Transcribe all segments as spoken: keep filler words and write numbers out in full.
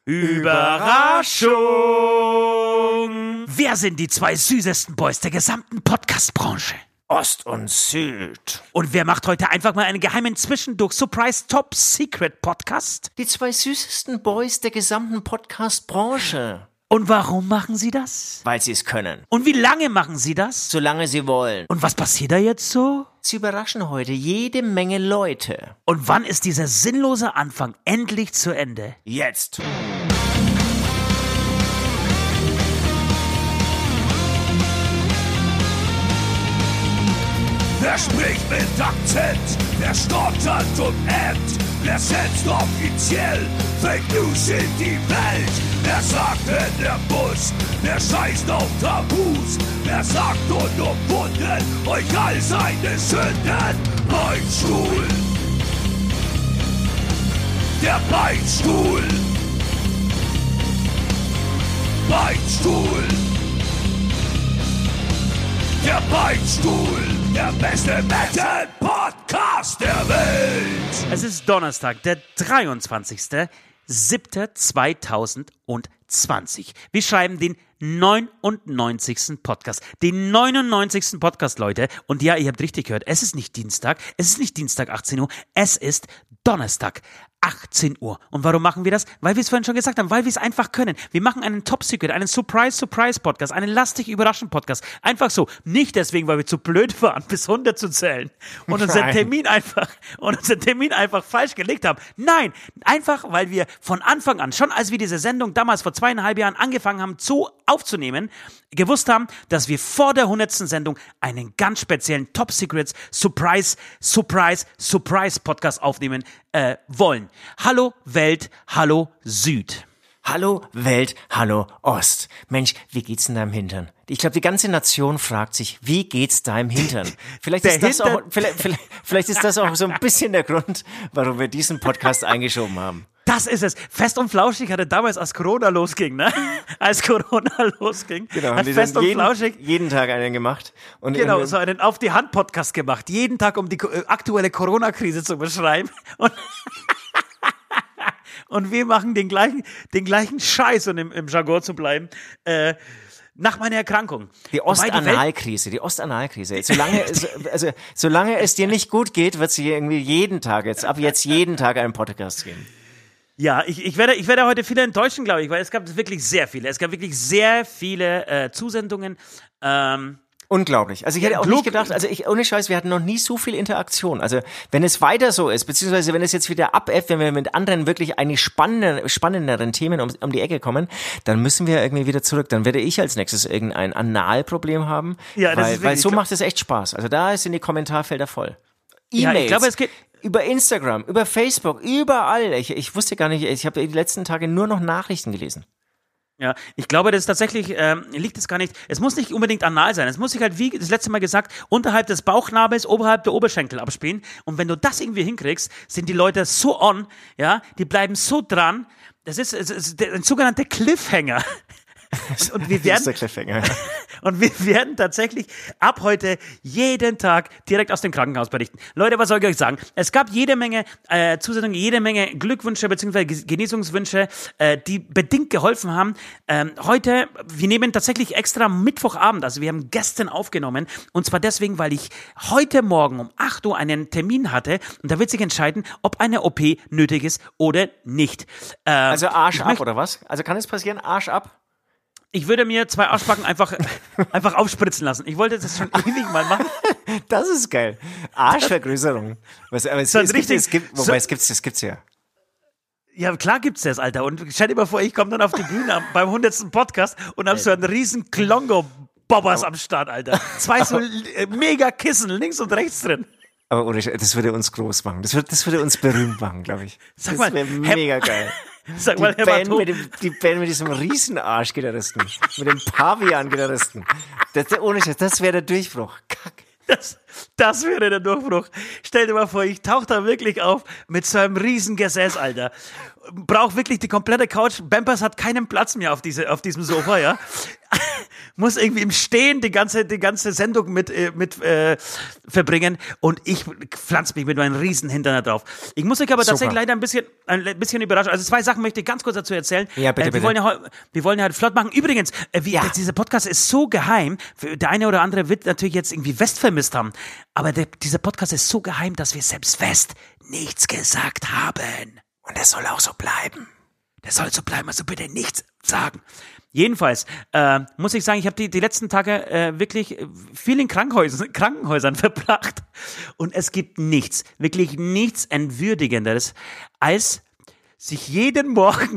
Überraschung! Wer sind die zwei süßesten Boys der gesamten Podcast-Branche? Ost und Süd. Und wer macht heute einfach mal einen geheimen Zwischendurch-Surprise-Top-Secret-Podcast? Die zwei süßesten Boys der gesamten Podcast-Branche. Und warum machen sie das? Weil sie es können. Und wie lange machen sie das? Solange sie wollen. Und was passiert da jetzt so? Sie überraschen heute jede Menge Leute. Und wann ist dieser sinnlose Anfang endlich zu Ende? Jetzt. Wer spricht mit Akzent? Wer stottert und ämmt? Wer setzt offiziell Fake News in die Welt? Wer sagt in der Bus? Wer scheißt auf Tabus? Wer sagt unumwunden euch all seine Sünden? Beinstuhl! Der Beinstuhl! Beinstuhl! Der Beinstuhl! Der beste Metal-Podcast der Welt! Es ist Donnerstag, der dreiundzwanzigster siebter zweitausendzwanzig. Wir schreiben den neunundneunzigsten Podcast. Den neunundneunzigsten Podcast, Leute. Und ja, ihr habt richtig gehört, es ist nicht Dienstag, es ist nicht Dienstag achtzehn Uhr, es ist Donnerstag achtzehn Uhr. Und warum machen wir das? Weil wir es vorhin schon gesagt haben, weil wir es einfach können. Wir machen einen Top-Secret, einen Surprise-Surprise-Podcast, einen lastig-Überraschend-Podcast. Einfach so. Nicht deswegen, weil wir zu blöd waren, bis hundert zu zählen und unseren Termin einfach, und unseren Termin einfach falsch gelegt haben. Nein, einfach, weil wir von Anfang an, schon als wir diese Sendung damals vor zweieinhalb Jahren angefangen haben, so aufzunehmen, gewusst haben, dass wir vor der hundertsten Sendung einen ganz speziellen Top-Secrets Surprise, Surprise, Surprise-Podcast aufnehmen äh, wollen. Hallo Welt, hallo Süd. Hallo Welt, hallo Ost. Mensch, wie geht's denn deinem Hintern? Ich glaube, die ganze Nation fragt sich, wie geht's deinem Hintern? Vielleicht ist, das auch, vielleicht, vielleicht, vielleicht ist das auch so ein bisschen der Grund, warum wir diesen Podcast eingeschoben haben. Das ist es. Fest und Flauschig hatte damals, als Corona losging, ne? Als Corona losging, genau, hat Fest und jeden, Flauschig jeden Tag einen gemacht. Und genau, so einen Auf-die-Hand-Podcast gemacht. Jeden Tag, um die aktuelle Corona-Krise zu beschreiben. Und, und wir machen den gleichen, den gleichen Scheiß, um im, im Jargon zu bleiben, äh, nach meiner Erkrankung. Die Ostanalkrise, die Ostanalkrise. Solange, also, solange es dir nicht gut geht, wird es hier irgendwie jeden Tag, jetzt ab jetzt jeden Tag einen Podcast geben. Ja, ich, ich, werde, ich werde heute viele enttäuschen, glaube ich, weil es gab wirklich sehr viele. Es gab wirklich sehr viele äh, Zusendungen. Ähm, Unglaublich. Also ich hätte auch Glück- nicht gedacht, also ich, ohne Scheiß, wir hatten noch nie so viel Interaktion. Also wenn es weiter so ist, beziehungsweise wenn es jetzt wieder abebbt, wenn wir mit anderen wirklich eigentlich spannenden, spannenderen Themen um, um die Ecke kommen, dann müssen wir irgendwie wieder zurück. Dann werde ich als nächstes irgendein Analproblem haben, Ja, das weil, ist weil wirklich so klar. macht es echt Spaß. Also da sind die Kommentarfelder voll. Ja, E-Mails. ich glaube, es geht- Über Instagram, über Facebook, überall. Ich, ich wusste gar nicht, ich habe die letzten Tage nur noch Nachrichten gelesen. Ja, ich glaube, das ist tatsächlich, ähm, liegt es gar nicht, es muss nicht unbedingt anal sein, es muss sich halt, wie das letzte Mal gesagt, unterhalb des Bauchnabels, oberhalb der Oberschenkel abspielen und wenn du das irgendwie hinkriegst, sind die Leute so on, ja, die bleiben so dran, das ist, es ist ein sogenannter Cliffhanger. Und wir werden, Das ist der Cliffhanger, ja. und wir werden tatsächlich ab heute jeden Tag direkt aus dem Krankenhaus berichten. Leute, was soll ich euch sagen? Es gab jede Menge äh, Zusendungen, jede Menge Glückwünsche bzw. Genesungswünsche, äh, die bedingt geholfen haben. Ähm, heute, wir nehmen tatsächlich extra Mittwochabend, also wir haben gestern aufgenommen und zwar deswegen, weil ich heute Morgen um acht Uhr einen Termin hatte und da wird sich entscheiden, ob eine O P nötig ist oder nicht. Ähm, Also Arsch ich ab, möchte- oder was? Also kann es passieren, Arsch ab? Ich würde mir zwei Arschbacken einfach, einfach aufspritzen lassen. Ich wollte das schon ewig mal machen. Das ist geil. Arschvergrößerung. Was, aber es, So ein es gibt, richtig- es gibt, so- wobei es gibt's, das gibt's ja. Ja, klar gibt's das, Alter. Und stell dir mal vor, ich komme dann auf die Bühne am- beim hundertsten Podcast und hab so einen riesen Klongo-Bobbers am Start, Alter. Zwei so äh, mega Kissen links und rechts drin. Aber ohne, Sch- das würde uns groß machen. Das würde, das würde uns berühmt machen, glaube ich. Sag das mal, wäre Herr- mega geil. Sag Die mal, Herr Band, Bartho, mit dem, die Band mit diesem Riesenarsch-Gitarristen. Mit dem Pavian-Gitarristen. Das, ohne Scheiß, das wäre der Durchbruch. Kack. das, das wäre der Durchbruch. Stell dir mal vor, ich tauche da wirklich auf mit so einem riesen Gesäß, Alter. brauche wirklich die komplette Couch. Pampers hat keinen Platz mehr auf diese, auf diesem Sofa, ja. Muss irgendwie im Stehen die ganze, die ganze Sendung mit, äh, mit äh, verbringen und ich pflanze mich mit meinen Riesenhintern da drauf. Ich muss euch aber tatsächlich Super. leider ein bisschen, ein bisschen überraschen. Also zwei Sachen möchte ich ganz kurz dazu erzählen. Ja, bitte, äh, wir bitte. wollen ja, heu- wir wollen ja halt flott machen. Übrigens, äh, wie, Ja. dieser Podcast ist so geheim. Der eine oder andere wird natürlich jetzt irgendwie West vermisst haben. Aber der, dieser Podcast ist so geheim, dass wir selbst West nichts gesagt haben. Und das soll auch so bleiben. Das soll so bleiben, also bitte nichts sagen. Jedenfalls äh, muss ich sagen, ich habe die, die letzten Tage äh, wirklich viel in Krankenhäusern, Krankenhäusern verbracht. Und es gibt nichts, wirklich nichts Entwürdigenderes, als sich jeden Morgen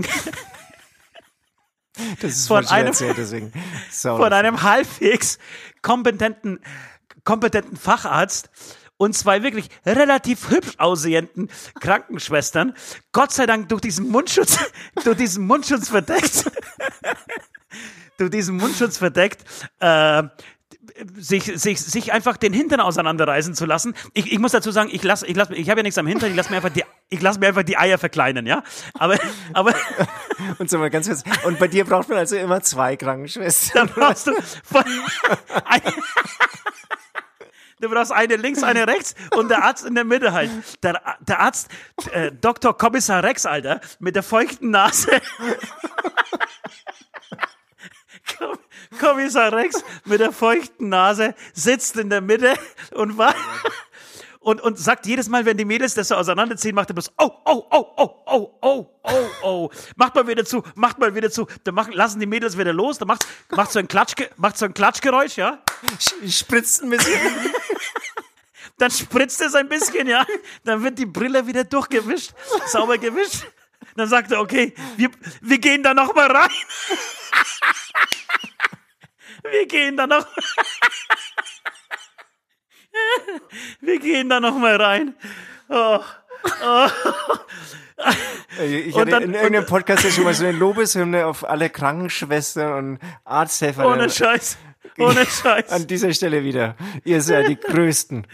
Das ist Von voll schwer einem- erzählt, deswegen. So. von einem halbwegs kompetenten, kompetenten Facharzt und zwei wirklich relativ hübsch aussehenden Krankenschwestern, Gott sei Dank durch diesen Mundschutz, durch diesen Mundschutz verdeckt, durch diesen Mundschutz verdeckt, äh, sich, sich, sich einfach den Hintern auseinanderreißen zu lassen. Ich, ich muss dazu sagen, ich lass, ich lass, ich habe ja nichts am Hintern, ich lasse mir einfach die, ich lasse mir einfach die Eier verkleinern, ja. Aber, aber, Und so mal ganz kurz. Und bei dir braucht man also immer zwei Krankenschwestern. dann brauchst du von, ein, du brauchst eine links, eine rechts und der Arzt in der Mitte halt. Der, der Arzt, äh, Doktor Kommissar Rex, Alter, mit der feuchten Nase. Komm- Kommissar Rex mit der feuchten Nase sitzt in der Mitte und war und, und sagt jedes Mal, wenn die Mädels das so auseinanderziehen, macht er bloß oh, oh, oh, oh, oh, oh, oh, oh. Macht mal wieder zu, macht mal wieder zu. Dann machen, lassen die Mädels wieder los, dann macht, macht so ein Klatschge, macht so ein Klatschgeräusch, ja. Spritzt ein bisschen. Dann spritzt es ein bisschen, ja. Dann wird die Brille wieder durchgewischt, sauber gewischt. Dann sagt er, okay, wir, wir gehen da noch mal rein. Wir gehen da noch. Wir gehen da noch mal rein. Oh. Oh. Ich Und hatte dann- in irgendeinem Podcast ja schon mal so eine Lobeshymne auf alle Krankenschwestern und Arzthelfer. Ohne Scheiß. Ohne An Scheiß. dieser Stelle wieder. Ihr seid die Größten.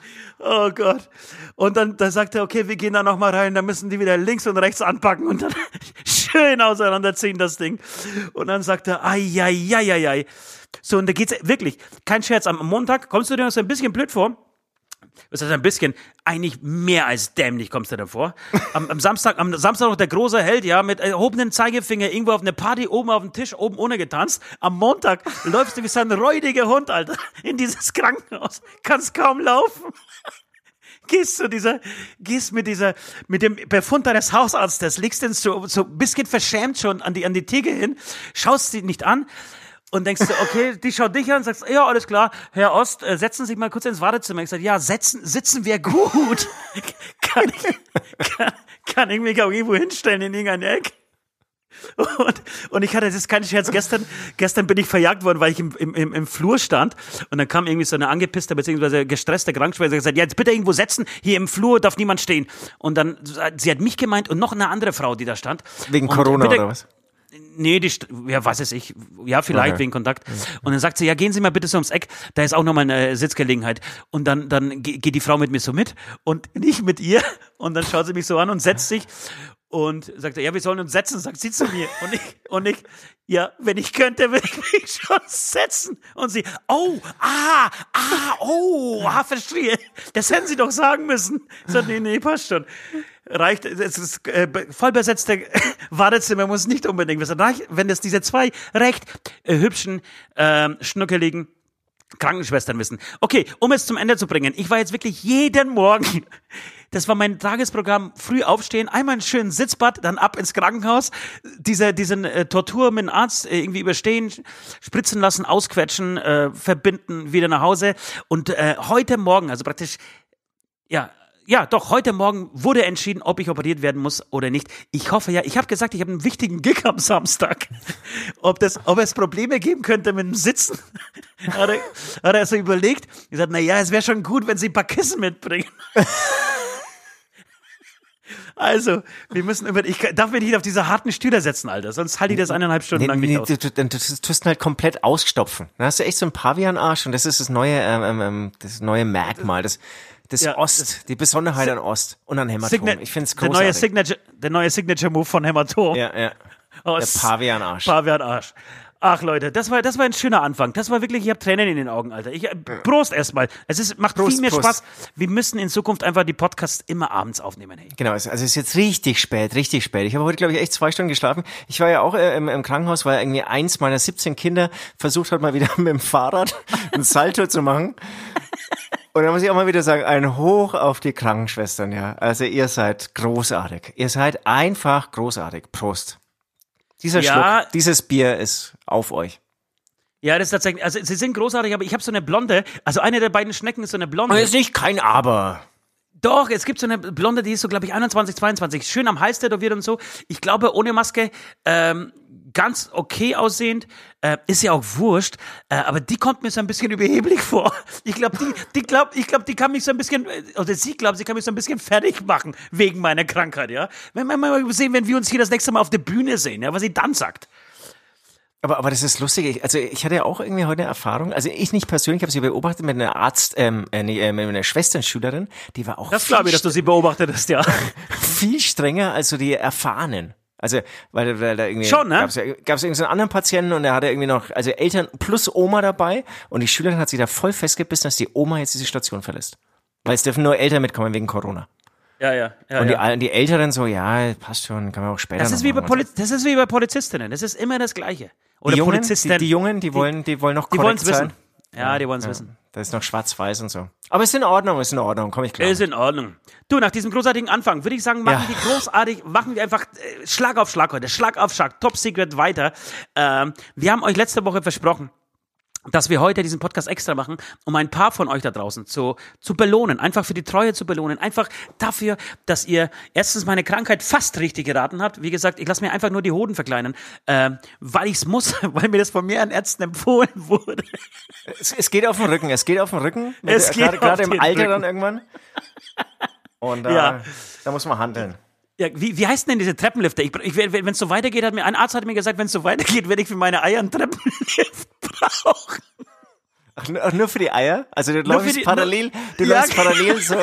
Oh Gott. Und dann, dann sagt er, okay, wir gehen da noch mal rein, dann müssen die wieder links und rechts anpacken und dann schön auseinanderziehen, das Ding. Und dann sagt er, ai, ai, ai, ai, ai. So, und da geht's wirklich, kein Scherz, am Montag kommst du dir noch so ein bisschen blöd vor. Das heißt ein bisschen, eigentlich mehr als dämlich kommst du davor. Am, am Samstag, am Samstag noch der große Held, ja, mit erhobenem Zeigefinger irgendwo auf eine Party, oben auf dem Tisch, oben ohne getanzt. Am Montag läufst du wie so ein räudiger Hund, Alter, in dieses Krankenhaus. Kannst kaum laufen. Gehst zu dieser, gehst mit dieser, mit dem Befund deines Hausarztes, legst den so, so ein bisschen verschämt schon an die, an die Theke hin, schaust sie nicht an und denkst du, okay, die schaut dich an und sagst, ja, alles klar, Herr Ost, äh, setzen Sie sich mal kurz ins Wartezimmer. Ich sag, ja, setzen, sitzen wir gut. kann ich, kann, kann ich mich auch irgendwo hinstellen in irgendein Eck? Und, und ich hatte, das ist kein Scherz, gestern, gestern bin ich verjagt worden, weil ich im, im, im Flur stand und dann kam irgendwie so eine angepisste bzw. gestresste Krankenschwester und gesagt, ja, jetzt bitte irgendwo setzen, hier im Flur darf niemand stehen. Und dann, sie hat mich gemeint und noch eine andere Frau, die da stand. Wegen und Corona bitte, oder was? Nee, die, st- ja, was weiß ich, ja, vielleicht Okay. wegen Kontakt. Und dann sagt sie, ja, gehen Sie mal bitte so ums Eck, da ist auch nochmal eine Sitzgelegenheit. Und dann, dann ge- geht die Frau mit mir so mit und nicht mit ihr. Und dann schaut sie mich so an und setzt sich und sagt, ja, wir sollen uns setzen, sagt sie zu mir. Und ich, und ich, ja, wenn ich könnte, würde ich mich schon setzen. Und sie, oh, ah, ah, oh, ah, verstehe. Das hätten Sie doch sagen müssen. Ich sag, nee, nee, passt schon. Reicht, es ist äh, vollbesetzte Wartezimmer muss nicht unbedingt wissen. Reicht, wenn das diese zwei recht äh, hübschen, äh, schnuckeligen Krankenschwestern wissen. Okay, um es zum Ende zu bringen. Ich war jetzt wirklich jeden Morgen, das war mein Tagesprogramm, früh aufstehen, einmal einen schönen Sitzbad, dann ab ins Krankenhaus, diese, diesen äh, Tortur mit dem Arzt äh, irgendwie überstehen, spritzen lassen, ausquetschen, äh, verbinden, wieder nach Hause. Und äh, heute Morgen, also praktisch, ja, Ja, doch, heute Morgen wurde entschieden, ob ich operiert werden muss oder nicht. Ich hoffe ja, ich habe gesagt, ich habe einen wichtigen Gig am Samstag. Ob, das, ob es Probleme geben könnte mit dem Sitzen, hat er, hat er so überlegt. Ich gesagt, na ja, es wäre schon gut, wenn Sie ein paar Kissen mitbringen. Also, wir müssen über, ich darf mich nicht auf diese harten Stühle setzen, Alter, sonst halte ich das eineinhalb Stunden Nee, lang nicht nee, aus. du, du, du, du tust ihn halt komplett ausstopfen. Dann hast du echt so einen Pavian-Arsch und das ist das neue, ähm, ähm, das neue Merkmal. Das, Das Ja, Ost, das- die Besonderheit an Ost und an Hämatom. Signa- Ich finde es der neue großartig. Signature, der neue Signature-Move von Hämatom. Ja, ja. Aus Der Pavian-Arsch. Pavian-Arsch. Ach Leute, das war, das war ein schöner Anfang. Das war wirklich, ich habe Tränen in den Augen, Alter. Ich, äh, Prost erstmal. Es ist, macht Prost, viel mehr Prost. Spaß. Wir müssen in Zukunft einfach die Podcasts immer abends aufnehmen. Hey. Genau, also es ist jetzt richtig spät, richtig spät. Ich habe heute, glaube ich, echt zwei Stunden geschlafen. Ich war ja auch äh, im, im Krankenhaus, weil irgendwie eins meiner siebzehn Kinder versucht hat, mal wieder mit dem Fahrrad ein Salto zu machen. Und da muss ich auch mal wieder sagen, ein Hoch auf die Krankenschwestern, ja. Also ihr seid großartig. Ihr seid einfach großartig. Prost. Dieser Ja. Schluck, dieses Bier ist auf euch. Ja, das ist tatsächlich, also sie sind großartig, aber ich habe so eine blonde, also eine der beiden Schnecken ist so eine blonde. Und ist nicht kein Aber. Doch, es gibt so eine Blonde, die ist so, glaube ich, einundzwanzig, zweiundzwanzig. Schön am Hals tätowiert und so. Ich glaube, ohne Maske ähm, ganz okay aussehend. Äh, ist ja auch wurscht. Äh, aber die kommt mir so ein bisschen überheblich vor. Ich glaube, die, die glaubt, ich glaube, die kann mich so ein bisschen, oder sie glaubt, sie kann mich so ein bisschen fertig machen wegen meiner Krankheit, ja. Wenn wir mal sehen, wenn wir uns hier das nächste Mal auf der Bühne sehen, ja, was sie dann sagt. Aber, aber das ist lustig. Ich, also ich hatte ja auch irgendwie heute eine Erfahrung. Also ich nicht persönlich, habe sie beobachtet mit einer Arzt, ähm, äh, nee, äh, mit einer Schwesternschülerin. Die war auch Das viel, glaube ich, dass du sie beobachtet hast, ja. viel strenger als so die Erfahrenen. Also, weil, weil da irgendwie Schon, ne? gab's ja, gab's irgendwie so einen anderen Patienten und der hatte irgendwie noch, also Eltern plus Oma dabei und die Schülerin hat sich da voll festgebissen, dass die Oma jetzt diese Station verlässt. Weil es dürfen nur Eltern mitkommen wegen Corona. Ja, ja. ja, Und die, ja. Al- die Älteren so, ja, passt schon, kann man auch später Das noch ist, wie bei machen. Poli- das ist wie bei Polizistinnen. Das ist immer das Gleiche. Oder die Jungen, Polizisten. die, die Jungen, die wollen, die wollen noch Die korrekt wollen es sein. wissen. Ja, die wollen es wissen. Da ist noch schwarz-weiß und so. Aber ist in Ordnung, ist in Ordnung, komm ich klar. Ist in Ordnung. Du, nach diesem großartigen Anfang würde ich sagen, machen Ja. wir großartig, machen wir einfach äh, Schlag auf Schlag heute, Schlag auf Schlag, Top Secret weiter. Ähm, wir haben euch letzte Woche versprochen, dass wir heute diesen Podcast extra machen, um ein paar von euch da draußen zu, zu belohnen, einfach für die Treue zu belohnen, einfach dafür, dass ihr erstens meine Krankheit fast richtig geraten habt. Wie gesagt, ich lasse mir einfach nur die Hoden verkleinern, ähm, weil ich es muss, weil mir das von mehreren Ärzten empfohlen wurde. Es, es geht auf den Rücken, es geht auf den Rücken. Mit Es der- geht gerade, auf gerade im den Alter Rücken. dann irgendwann. Und da, Ja. da muss man handeln. Ja, wie, wie heißen denn diese Treppenlifte? Ich, ich, wenn es so weitergeht, hat mir ein Arzt hat mir gesagt, wenn es so weitergeht, werde ich für meine Eier einen Treppenlift brauchen. Ach, nur, ach, nur für die Eier? Also du Nur für läufst die- parallel, du Ja, läufst parallel so.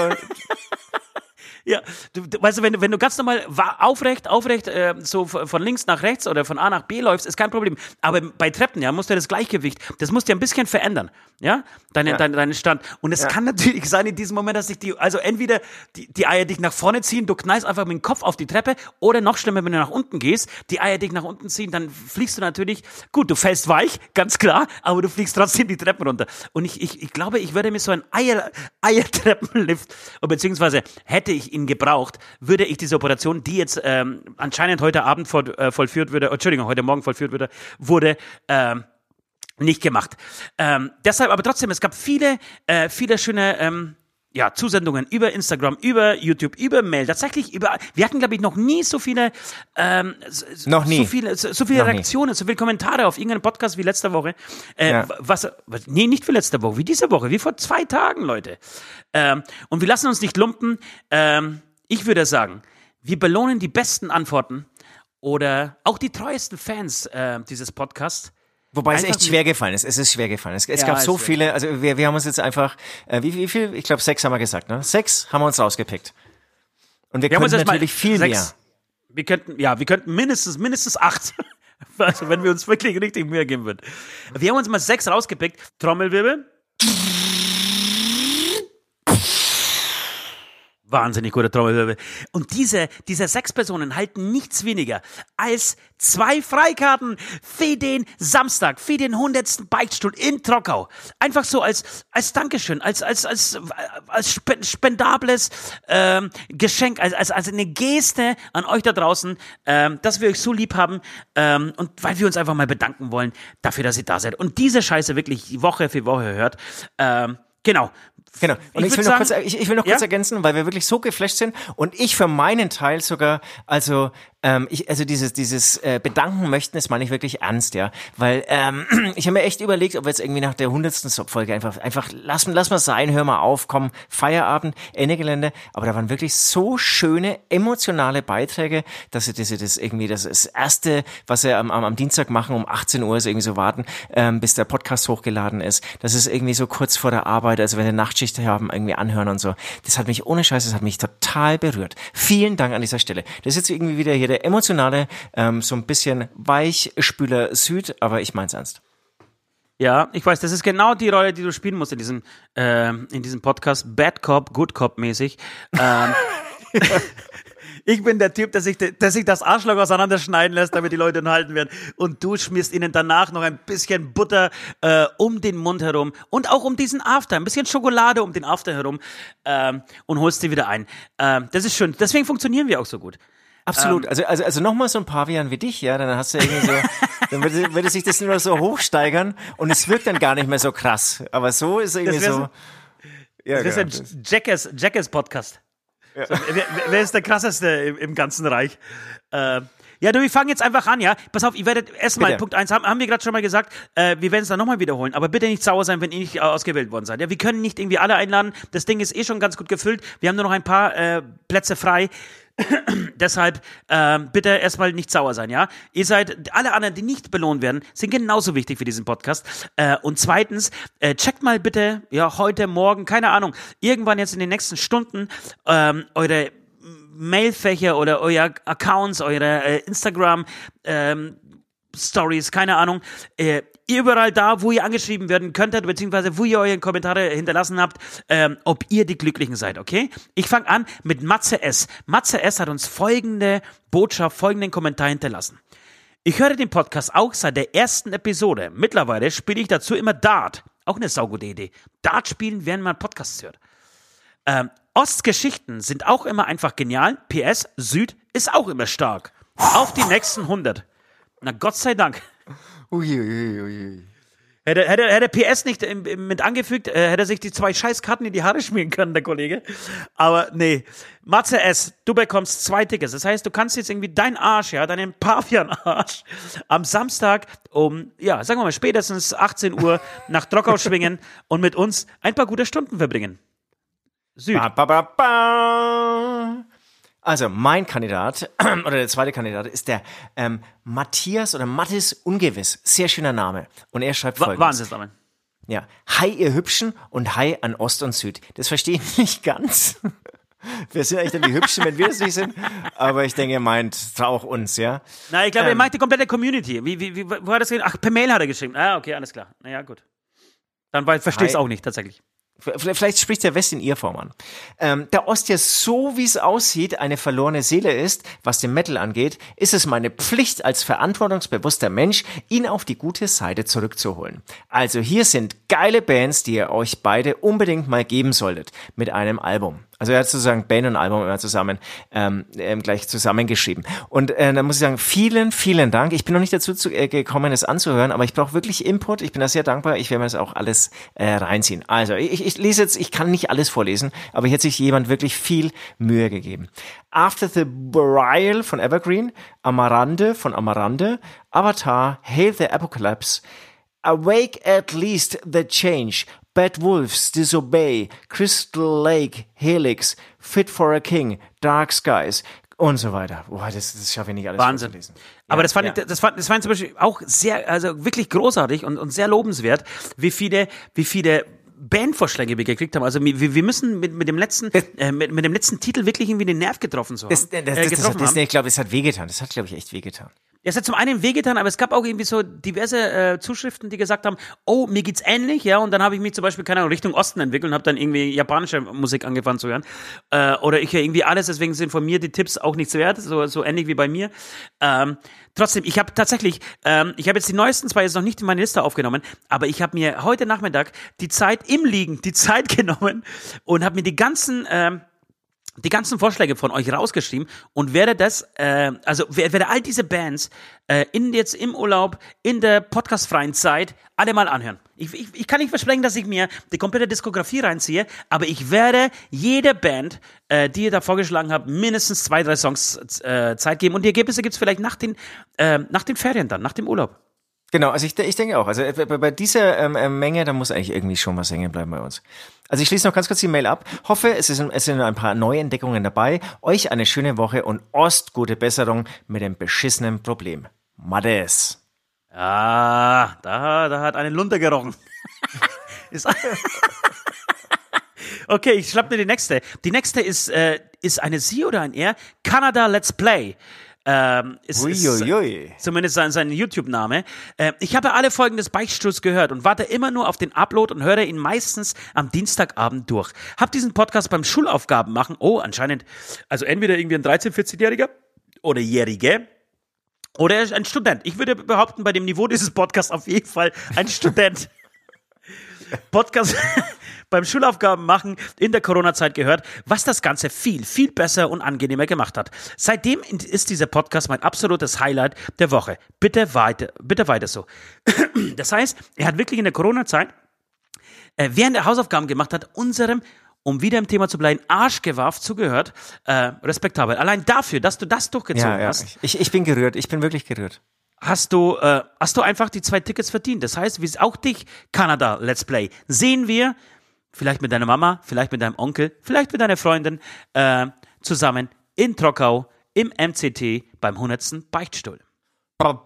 Ja, du, du, weißt du, wenn, du- wenn du ganz normal wa- aufrecht, aufrecht, äh, so v- von links nach rechts oder von A nach B läufst, ist kein Problem. Aber bei Treppen, ja, musst du das Gleichgewicht, das musst du ein bisschen verändern, ja, deine, Ja. deine, deinen Stand. Und es Ja. kann natürlich sein in diesem Moment, dass sich die, also entweder die, die Eier dich nach vorne ziehen, du knallst einfach mit dem Kopf auf die Treppe, oder noch schlimmer, wenn du nach unten gehst, die Eier dich nach unten ziehen, dann fliegst du natürlich, gut, du fällst weich, ganz klar, aber du fliegst trotzdem die Treppen runter. Und ich, ich, ich glaube, ich würde mir so einen Eier, Eiertreppenlift, beziehungsweise hätte ich ihn gebraucht, würde ich diese Operation, die jetzt ähm, anscheinend heute Abend voll, äh, vollführt wurde, Entschuldigung, heute Morgen vollführt wurde, wurde ähm, nicht gemacht. Ähm, deshalb, aber trotzdem, es gab viele, äh, viele schöne ähm, ja, Zusendungen über Instagram, über YouTube, über Mail, tatsächlich über, wir hatten, glaube ich, noch nie so viele, ähm, so, Noch nie. so viele, so, so viele Noch nie. Reaktionen, so viele Kommentare auf irgendeinen Podcast wie letzte Woche. Äh, Ja. was, was, nee, nicht wie letzte Woche, wie diese Woche, wie vor zwei Tagen, Leute. Ähm, und wir lassen uns nicht lumpen. Ähm, ich würde sagen, wir belohnen die besten Antworten oder auch die treuesten Fans äh, dieses Podcasts. Wobei es Einfach echt schwer gefallen ist. Es ist schwer gefallen. Es, es Ja, gab ist so schwer. viele, also wir, wir haben uns jetzt einfach, äh, wie, wie viel? Ich glaube sechs haben wir gesagt, ne? Sechs haben wir uns rausgepickt. Und wir, Wir haben uns können erst mal natürlich viel sechs, mehr. Wir könnten, ja, wir könnten mindestens, mindestens acht. Also, wenn wir uns wirklich richtig Mühe geben würden. Wir haben uns mal sechs rausgepickt. Trommelwirbel. Wahnsinnig guter Trommelwirbel. Und diese, diese sechs Personen halten nichts weniger als zwei Freikarten für den Samstag, für den hundertsten Beichtstuhl in Trockau. Einfach so als, als Dankeschön, als, als, als, als spe- spendables ähm, Geschenk, als, als, als eine Geste an euch da draußen, ähm, dass wir euch so lieb haben ähm, und weil wir uns einfach mal bedanken wollen dafür, dass ihr da seid. Und diese Scheiße wirklich Woche für Woche hört. Ähm, genau. Genau. Und ich, würd will noch sagen- kurz, ich, ich will noch kurz Ja? ergänzen, weil wir wirklich so geflasht sind und ich für meinen Teil sogar, also ähm, ich, also dieses dieses äh, Bedanken möchten, das meine ich wirklich ernst, ja, weil ähm, ich habe mir echt überlegt, ob wir jetzt irgendwie nach der hundertsten Folge einfach einfach lass lass mal sein, hör mal auf, komm, Feierabend, Ende Gelände, aber da waren wirklich so schöne emotionale Beiträge, dass sie das, das irgendwie das, das erste, was sie am, am, am Dienstag machen um achtzehn Uhr ist irgendwie so warten, ähm, bis der Podcast hochgeladen ist. Das ist irgendwie so kurz vor der Arbeit, also wenn du Nachtschicht Lebensgeschichte haben, irgendwie anhören und so. Das hat mich, ohne Scheiß, das hat mich total berührt. Vielen Dank an dieser Stelle. Das ist jetzt irgendwie wieder hier der emotionale, ähm, so ein bisschen Weichspüler Süd, aber ich mein's ernst. Ja, ich weiß, das ist genau die Rolle, die du spielen musst in diesem, äh, in diesem Podcast. Bad Cop, Good Cop mäßig. Ähm, ich bin der Typ, der sich, der sich das Arschloch auseinanderschneiden lässt, damit die Leute unterhalten werden. Und du schmierst ihnen danach noch ein bisschen Butter äh, um den Mund herum und auch um diesen After, ein bisschen Schokolade um den After herum ähm, und holst sie wieder ein. Ähm, das ist schön. Deswegen funktionieren wir auch so gut. Absolut. Ähm, also, also, also nochmal so ein Pavian wie dich, ja, dann hast du irgendwie so, dann würde, würde sich das nur so hochsteigern und es wirkt dann gar nicht mehr so krass. Aber so ist irgendwie so. so ja, das ist ein Jackass, Jackass Podcast. Ja. So, wer, wer ist der krasseste im, im ganzen Reich? Äh, ja, du, wir fangen jetzt einfach an, ja. Pass auf, ihr werdet erstmal, Punkt eins, haben, haben wir gerade schon mal gesagt, äh, wir werden es dann nochmal wiederholen, aber bitte nicht sauer sein, wenn ihr nicht ausgewählt worden seid. Ja, wir können nicht irgendwie alle einladen, das Ding ist eh schon ganz gut gefüllt, wir haben nur noch ein paar äh, Plätze frei. Deshalb äh, bitte erstmal nicht sauer sein, ja? Ihr seid, alle anderen, die nicht belohnt werden, sind genauso wichtig für diesen Podcast. Äh, und zweitens, äh, checkt mal bitte, ja, heute, morgen, keine Ahnung, irgendwann jetzt in den nächsten Stunden ähm, eure Mailfächer oder euer Accounts, eure äh, Instagram ähm, Stories, keine Ahnung, äh, überall da, wo ihr angeschrieben werden könntet, beziehungsweise wo ihr eure Kommentare hinterlassen habt, ähm, ob ihr die Glücklichen seid, okay? Ich fange an mit Matze S. Matze S. hat uns folgende Botschaft, folgenden Kommentar hinterlassen. Ich höre den Podcast auch seit der ersten Episode. Mittlerweile spiele ich dazu immer Dart. Auch eine saugute Idee. Dart spielen, während man Podcasts hört. Ähm, Ostgeschichten sind auch immer einfach genial. P S. Süd ist auch immer stark. Auf die nächsten hundert. Na, Gott sei Dank. Uiuiui. Ui, ui. Hätte, hätte, hätte P S nicht im, im, mit angefügt, äh, hätte er sich die zwei Scheißkarten in die Haare schmieren können, der Kollege. Aber nee. Matze S., du bekommst zwei Tickets. Das heißt, du kannst jetzt irgendwie deinen Arsch, ja, deinen Pavian-Arsch am Samstag um, ja, sagen wir mal, spätestens achtzehn Uhr nach Trockau schwingen und mit uns ein paar gute Stunden verbringen. Süd. Ba, ba, ba, ba. Also mein Kandidat, oder der zweite Kandidat, ist der ähm, Matthias oder Mattis Ungewiss. Sehr schöner Name. Und er schreibt folgendes. Wahnsinnsname. Ja. Hi, ihr Hübschen und Hi an Ost und Süd. Das verstehe ich nicht ganz. Wir sind eigentlich dann die Hübschen, wenn wir es nicht sind. Aber ich denke, er meint auch uns, ja. Na, ich glaube, ähm, er meint die komplette Community. Wie, wie, wie, wo hat er das geschrieben? Ach, per Mail hat er geschrieben. Ah, okay, alles klar. Naja, gut. Dann verstehe ich es auch nicht, tatsächlich. Vielleicht spricht der West in ihr Form an. Ähm, der Ost ja so, wie es aussieht, eine verlorene Seele ist, was den Metal angeht, ist es meine Pflicht als verantwortungsbewusster Mensch, ihn auf die gute Seite zurückzuholen. Also hier sind geile Bands, die ihr euch beide unbedingt mal geben solltet mit einem Album. Also er hat sozusagen Band und Album immer zusammen, ähm, gleich zusammengeschrieben. Und äh, da muss ich sagen, vielen, vielen Dank. Ich bin noch nicht dazu zu, äh, gekommen, es anzuhören, aber ich brauche wirklich Input. Ich bin da sehr dankbar. Ich werde mir das auch alles äh, reinziehen. Also ich, ich lese jetzt, ich kann nicht alles vorlesen, aber hier hat sich jemand wirklich viel Mühe gegeben. After the Burial von Evergreen, Amarande von Amarande, Avatar, Hail the Apocalypse, Awake at least the change, Bad Wolves, Disobey, Crystal Lake, Helix, Fit for a King, Dark Skies und so weiter. Boah, das, das schaffe ich nicht alles Wahnsinn. vorzulesen. Aber ja, das fand ja. ich, das fand, das fand ich zum Beispiel auch sehr, also wirklich großartig und, und sehr lobenswert, wie viele, wie viele Bandvorschläge wir gekriegt haben. Also wir, wir müssen mit, mit dem letzten, äh, mit, mit dem letzten Titel wirklich irgendwie den Nerv getroffen so haben. Das, das, das, äh, das, das, das, ich glaube, es hat wehgetan. Das hat, glaube ich, echt wehgetan. Es hat zum einen wehgetan, aber es gab auch irgendwie so diverse äh, Zuschriften, die gesagt haben, oh, mir geht's ähnlich, ja, und dann habe ich mich zum Beispiel, keine Ahnung, Richtung Osten entwickelt und habe dann irgendwie japanische Musik angefangen zu hören. Äh, oder ich höre irgendwie alles, deswegen sind von mir die Tipps auch nichts wert, so, so ähnlich wie bei mir. Ähm, trotzdem, ich habe tatsächlich, ähm, ich habe jetzt die neuesten zwar jetzt noch nicht in meine Liste aufgenommen, aber ich habe mir heute Nachmittag die Zeit im Liegen, die Zeit genommen und habe mir die ganzen ähm, die ganzen Vorschläge von euch rausgeschrieben und werde das, äh, also werde all diese Bands äh, in jetzt im Urlaub, in der podcastfreien Zeit alle mal anhören. Ich, ich, ich kann nicht versprechen, dass ich mir die komplette Diskografie reinziehe, aber ich werde jede Band, äh, die ihr da vorgeschlagen habt, mindestens zwei, drei Songs äh, Zeit geben und die Ergebnisse gibt's vielleicht nach den, äh, nach den Ferien dann, nach dem Urlaub. Genau, also ich, ich denke auch. Also bei dieser ähm, Menge, da muss eigentlich irgendwie schon was hängen bleiben bei uns. Also ich schließe noch ganz kurz die Mail ab. Hoffe, es sind, es sind ein paar Neuentdeckungen dabei. Euch eine schöne Woche und Ost gute Besserung mit dem beschissenen Problem. Mattes. Ah, da, da hat eine Lunte gerochen. Ist Okay, ich schnapp mir die nächste. Die nächste ist, äh, ist eine Sie oder ein Er? Kanada Let's Play. Ähm, ist, Uiuiui. ist zumindest sein, sein YouTube-Name. Äh, ich habe alle Folgen des Beichtstuhls gehört und warte immer nur auf den Upload und höre ihn meistens am Dienstagabend durch. Hab diesen Podcast beim Schulaufgaben machen. Oh, anscheinend, also entweder irgendwie ein dreizehn-, vierzehn-Jähriger oder Jährige oder er ist ein Student. Ich würde behaupten, bei dem Niveau dieses Podcasts auf jeden Fall ein Student. Podcast beim Schulaufgaben machen in der Corona-Zeit gehört, was das Ganze viel, viel besser und angenehmer gemacht hat. Seitdem ist dieser Podcast mein absolutes Highlight der Woche. Bitte weiter, bitte weiter so. Das heißt, er hat wirklich in der Corona-Zeit, äh, während er Hausaufgaben gemacht hat, unserem, um wieder im Thema zu bleiben, Arschgewaff zugehört. Äh, respektabel. Allein dafür, dass du das durchgezogen Ja, ja. hast. Ich, ich bin gerührt, ich bin wirklich gerührt. Hast du, äh, hast du einfach die zwei Tickets verdient. Das heißt, wie auch dich, Kanada Let's Play, sehen wir, vielleicht mit deiner Mama, vielleicht mit deinem Onkel, vielleicht mit deiner Freundin, äh, zusammen in Trockau im M C T beim hundertsten Beichtstuhl. Boah,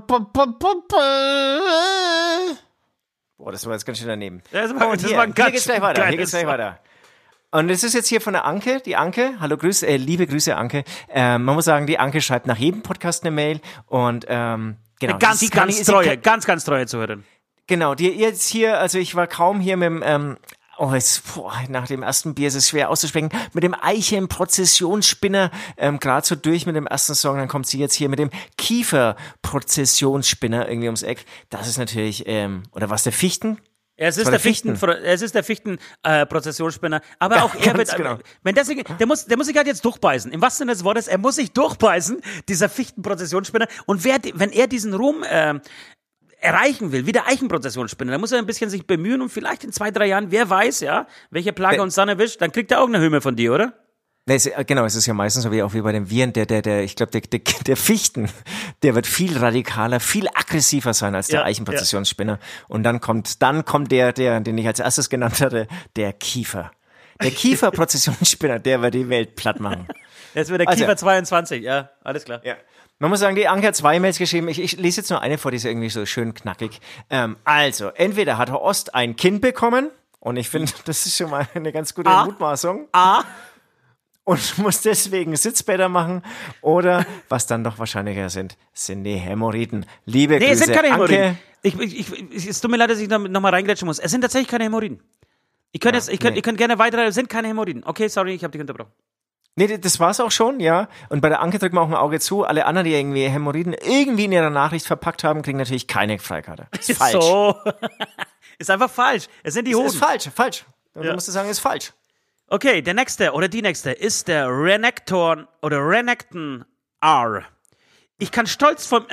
das war jetzt ganz schön daneben. Das war, Und das hier, war ein hier ganz geht's gleich weiter, hier geiles geht's gleich Song. weiter. Und es ist jetzt hier von der Anke, die Anke, hallo Grüße, äh, liebe Grüße Anke. Ähm, man muss sagen, die Anke schreibt nach jedem Podcast eine Mail und ähm, genau. Eine ganz, sie kann ganz nicht- sie treue, kann- ganz, ganz treue Zuhörerin. Genau, die jetzt hier, also ich war kaum hier mit dem, ähm, oh, jetzt, boah, nach dem ersten Bier ist es schwer auszusprechen, mit dem Eichen-Prozessionsspinner ähm, gerade so durch mit dem ersten Song, dann kommt sie jetzt hier mit dem Kiefer-Prozessionsspinner irgendwie ums Eck. Das ist natürlich, ähm, oder was, der Fichten? Es ist war der der Fichten, Fichten. es ist der Fichten äh, Prozessionsspinner, aber Ja, auch er ganz wird, genau. wenn das, der muss, der muss sich halt jetzt durchbeißen. Im wahrsten Sinne des Wortes, er muss sich durchbeißen, dieser Fichten-Prozessionsspinner. Und wer, wenn er diesen Ruhm äh, erreichen will, wie der Eichenprozessionsspinner, dann muss er ein bisschen sich bemühen und vielleicht in zwei, drei Jahren, wer weiß, ja, welche Plage Wenn- uns dann erwischt, dann kriegt er auch eine Hümme von dir, oder? Nee, es, äh, genau, es ist ja meistens so wie auch wie bei den Viren, der, der, der, ich glaube, der, der, der Fichten, der wird viel radikaler, viel aggressiver sein als der Ja, Eichenprozessionsspinner. Und dann kommt, dann kommt der, der, den ich als erstes genannt hatte, der Kiefer. Der Kiefer-Prozessionsspinner, der wird die Welt platt machen. Jetzt wird der Also- Kiefer zweiundzwanzig, ja, alles klar. Ja. Man muss sagen, die Anke hat zwei Mails geschrieben. Ich, ich lese jetzt nur eine vor, die ist irgendwie so schön knackig. Ähm, also, entweder hat Herr Ost ein Kind bekommen, und ich finde, das ist schon mal eine ganz gute A. Mutmaßung. A. Und muss deswegen Sitzbäder machen. Oder, was dann doch wahrscheinlicher sind, sind die Hämorrhoiden. Liebe Nee, Grüße, es sind keine Hämorrhoiden. Anke. Ich, ich, ich, es tut mir leid, dass ich noch, noch mal reingrätschen muss. Es sind tatsächlich keine Hämorrhoiden. Ich könnte Ja, jetzt, ich könnte, nee. ich könnte gerne weiter, es sind keine Hämorrhoiden. Okay, sorry, ich habe dich unterbrochen. Nee, das war's auch schon, ja. Und bei der Anke drücken wir auch ein Auge zu. Alle anderen, die irgendwie Hämorrhoiden irgendwie in ihrer Nachricht verpackt haben, kriegen natürlich keine Freikarte. Ist falsch. So. Ist einfach falsch. Es sind die Das Hoden. ist falsch, falsch. Und Ja. du musst sagen, ist falsch. Okay, der nächste oder die nächste ist der Renekton oder Renekton R. Ich kann stolz vom...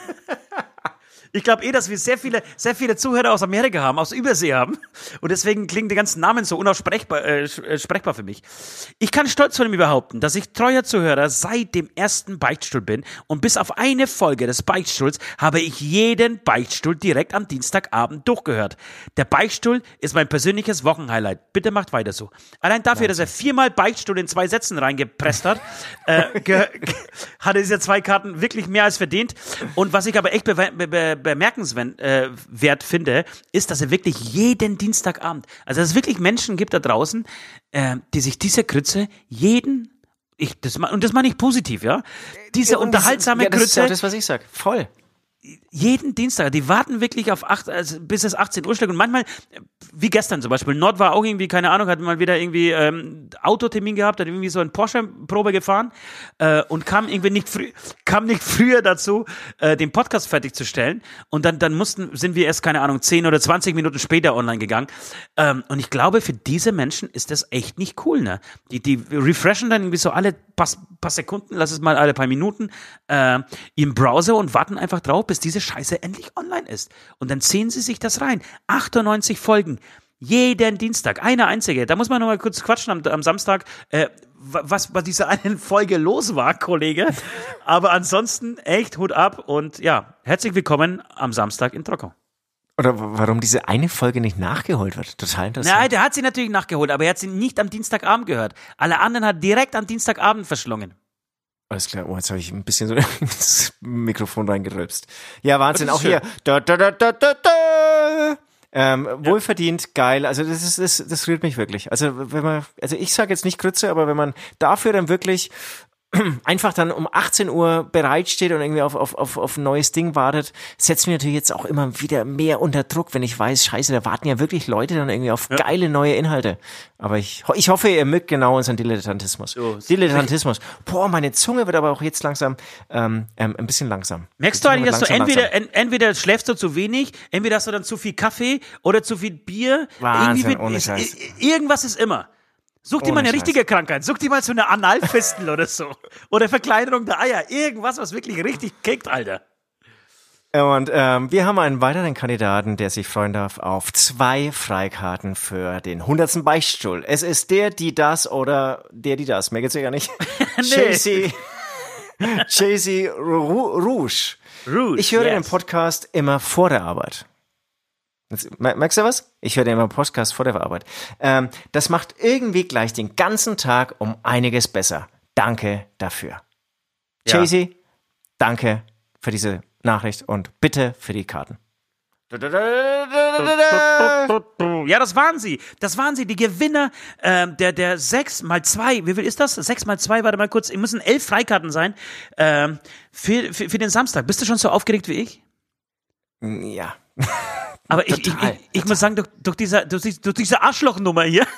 Ich glaube eh, dass wir sehr viele, sehr viele Zuhörer aus Amerika haben, aus Übersee haben. Und deswegen klingen die ganzen Namen so unaussprechbar äh, sch- sprechbar für mich. Ich kann stolz von mir behaupten, dass ich treuer Zuhörer seit dem ersten Beichtstuhl bin. Und bis auf eine Folge des Beichtstuhls habe ich jeden Beichtstuhl direkt am Dienstagabend durchgehört. Der Beichtstuhl ist mein persönliches Wochenhighlight. Bitte macht weiter so. Allein dafür, dass er viermal Beichtstuhl in zwei Sätzen reingepresst hat, äh, ge- hat er diese zwei Karten wirklich mehr als verdient. Und was ich aber echt bewe- be- be- bemerkenswert äh, wert finde, ist, dass er wirklich jeden Dienstagabend, also dass es wirklich Menschen gibt da draußen, äh, die sich diese Grütze jeden, ich, das, ma- und das meine ich positiv, ja, diese Und das- unterhaltsame ja, das ist Grütze, ja das, was ich sag. Voll. jeden Dienstag, die warten wirklich auf acht, also bis es achtzehn Uhr schlägt und manchmal, wie gestern zum Beispiel, Nord war auch irgendwie, keine Ahnung, hat mal wieder irgendwie ähm, Autotermin gehabt, hat irgendwie so ein Porsche-Probe gefahren äh, und kam irgendwie nicht früh, kam nicht früher dazu, äh, den Podcast fertigzustellen und dann, dann mussten, sind wir erst, keine Ahnung, zehn oder zwanzig Minuten später online gegangen ähm, und ich glaube, für diese Menschen ist das echt nicht cool, ne? Die, die refreshen dann irgendwie so alle paar, paar Sekunden, lass es mal alle paar Minuten äh, im Browser und warten einfach drauf, bis diese Scheiße endlich online ist. Und dann ziehen sie sich das rein. achtundneunzig Folgen. Jeden Dienstag. Eine einzige. Da muss man noch mal kurz quatschen am, am Samstag, äh, was bei dieser einen Folge los war, Kollege. Aber ansonsten echt Hut ab und ja, herzlich willkommen am Samstag in Trockau. Oder w- warum diese eine Folge nicht nachgeholt wird. Total interessant. Nein, der hat sie natürlich nachgeholt, aber er hat sie nicht am Dienstagabend gehört. Alle anderen hat direkt am Dienstagabend verschlungen. Alles klar, oh, jetzt habe ich ein bisschen so ins Mikrofon reingerülpst. Ja, Wahnsinn, Das auch ist hier. Da, da, da, da, da, da. Ähm, wohlverdient, geil. Also das ist das, das rührt mich wirklich. Also wenn man, also ich sage jetzt nicht Grütze, aber wenn man dafür dann wirklich einfach dann um achtzehn Uhr bereitsteht und irgendwie auf, auf, auf, auf ein neues Ding wartet, setzt mich natürlich jetzt auch immer wieder mehr unter Druck, wenn ich weiß, scheiße, da warten ja wirklich Leute dann irgendwie auf ja. geile neue Inhalte. Aber ich, ich hoffe, ihr mögt genau unseren Dilettantismus. So, Dilettantismus. Boah, meine Zunge wird aber auch jetzt langsam ähm, ähm, ein bisschen langsam. Merkst du eigentlich, dass du entweder, en, entweder schläfst du zu wenig, entweder hast du dann zu viel Kaffee oder zu viel Bier. Wahnsinn, wird, ohne ist, Scheiß. Irgendwas ist immer. Such dir mal eine richtige Krankheit. Such dir mal so eine Analfistel oder so. Oder Verkleinerung der Eier. Irgendwas, was wirklich richtig kickt, Alter. Und ähm, wir haben einen weiteren Kandidaten, der sich freuen darf auf zwei Freikarten für den hundertsten Beichtstuhl. Es ist der, die das oder der, die das. Mehr geht's ja gar nicht. nee. Jay-Z Rouge. Rouge. Ich höre yes. den Podcast immer vor der Arbeit. Jetzt, merkst du was? Ich höre immer Podcast vor der Arbeit. Ähm, das macht irgendwie gleich den ganzen Tag um einiges besser. Danke dafür. Ja. Jay-Z, danke für diese Nachricht und bitte für die Karten. Ja, das waren sie. Das waren sie, die Gewinner äh, der, der sechs mal zwei. Wie viel ist das? sechs mal zwei, warte mal kurz. Es müssen elf Freikarten sein äh, für, für, für den Samstag. Bist du schon so aufgeregt wie ich? Ja. Aber ich, total, ich, ich, ich muss sagen, durch, durch, diese, durch, durch diese Arschlochnummer hier.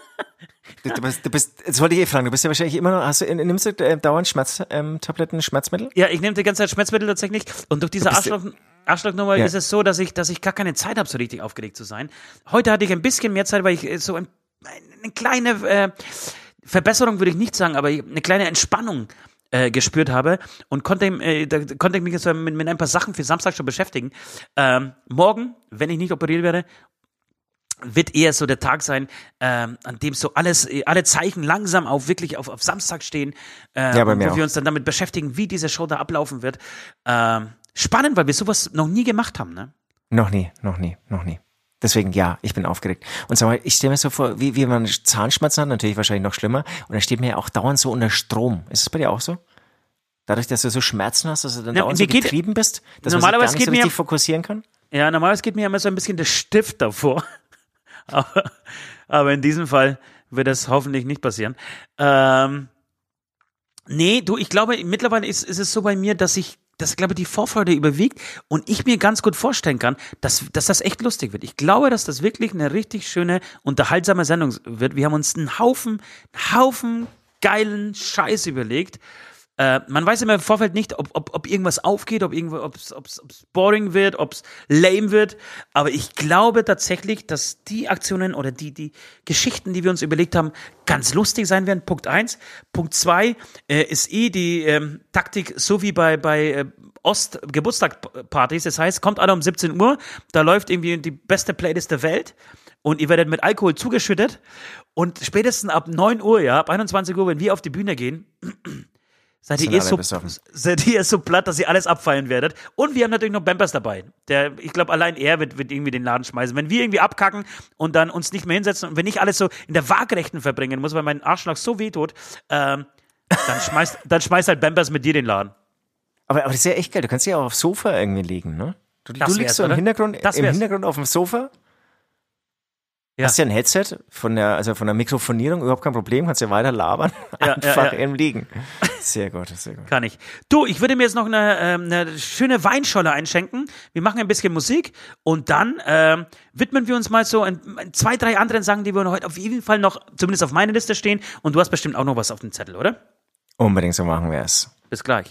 Du, du bist, du bist, jetzt wollte ich eh fragen, du bist ja wahrscheinlich immer noch, hast du, nimmst du äh, dauernd Schmerztabletten, ähm, Schmerzmittel? Ja, ich nehme die ganze Zeit Schmerzmittel tatsächlich. Und durch diese Arschloch, Arschlochnummer ja. ist es so, dass ich, dass ich gar keine Zeit habe, so richtig aufgeregt zu sein. Heute hatte ich ein bisschen mehr Zeit, weil ich so ein, eine kleine äh, Verbesserung würde ich nicht sagen, aber eine kleine Entspannung Äh, gespürt habe und konnte, äh, da, konnte ich mich jetzt mit, mit ein paar Sachen für Samstag schon beschäftigen. Ähm, morgen, wenn ich nicht operiert werde, wird eher so der Tag sein, ähm, an dem so alles, alle Zeichen langsam auf wirklich auf, auf Samstag stehen, äh, ja, bei mir wo auch. wir uns dann damit beschäftigen, wie diese Show da ablaufen wird. Ähm, spannend, weil wir sowas noch nie gemacht haben, ne? Noch nie, noch nie, noch nie. Deswegen, ja, ich bin aufgeregt. Und sag mal, ich stelle mir so vor, wie, wie man Zahnschmerzen hat, natürlich wahrscheinlich noch schlimmer. Und da steht mir ja auch dauernd so unter Strom. Ist es bei dir auch so? Dadurch, dass du so Schmerzen hast, dass du dann Na, dauernd so geht, getrieben bist, dass normalerweise man sich gar nicht so geht richtig mir, fokussieren kann? Ja, normalerweise geht mir immer so ein bisschen der Stift davor. aber, aber in diesem Fall wird das hoffentlich nicht passieren. Ähm, nee, du, ich glaube, mittlerweile ist, ist es so bei mir, dass ich dass, glaube ich, die Vorfreude überwiegt und ich mir ganz gut vorstellen kann, dass, dass das echt lustig wird. Ich glaube, dass das wirklich eine richtig schöne, unterhaltsame Sendung wird. Wir haben uns einen Haufen, einen Haufen geilen Scheiß überlegt. Äh, man weiß immer im Vorfeld nicht, ob, ob, ob irgendwas aufgeht, ob irgendwo, ob es boring wird, ob es lame wird. Aber ich glaube tatsächlich, dass die Aktionen oder die, die Geschichten, die wir uns überlegt haben, ganz lustig sein werden. Punkt eins. Punkt zwei äh, ist eh die ähm, Taktik, so wie bei, bei äh, Ost-Geburtstagspartys. Das heißt, kommt alle um siebzehn Uhr, da läuft irgendwie die beste Playlist der Welt und ihr werdet mit Alkohol zugeschüttet. Und spätestens ab neun Uhr, ja, ab einundzwanzig Uhr, wenn wir auf die Bühne gehen, Seid ihr, eh so, seid ihr so platt, dass ihr alles abfeiern werdet. Und wir haben natürlich noch Bampers dabei. Der, ich glaube, allein er wird, wird irgendwie den Laden schmeißen. Wenn wir irgendwie abkacken und dann uns nicht mehr hinsetzen und wenn ich alles so in der Waagrechten verbringen muss, weil mein Arschloch so wehtut, ähm, dann schmeißt, dann schmeißt halt Bampers mit dir den Laden. Aber, aber das ist ja echt geil. Du kannst dich ja auch aufs Sofa irgendwie legen, ne? Du, du liegst so im Hintergrund, im Hintergrund auf dem Sofa. Ja. Hast ja ein Headset von der, also von der Mikrofonierung, überhaupt kein Problem, kannst ja weiter labern, ja, einfach ja, ja. im Liegen. Sehr gut, sehr gut. Kann ich. Du, ich würde mir jetzt noch eine, äh, eine schöne Weinscholle einschenken. Wir machen ein bisschen Musik und dann äh, widmen wir uns mal so ein, ein, zwei, drei anderen Sachen, die wir heute auf jeden Fall noch, zumindest auf meiner Liste stehen. Und du hast bestimmt auch noch was auf dem Zettel, oder? Unbedingt, so machen wir es. Bis gleich.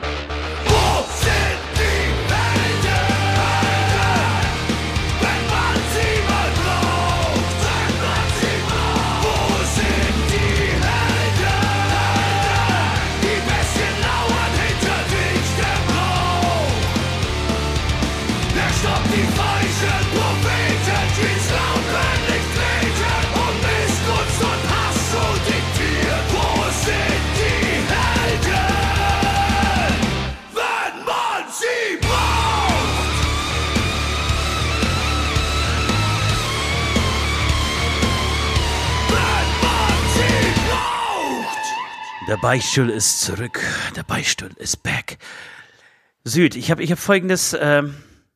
Der Beichtstuhl ist zurück. Der Beichtstuhl ist back. Süd, ich habe ich hab folgendes, ähm,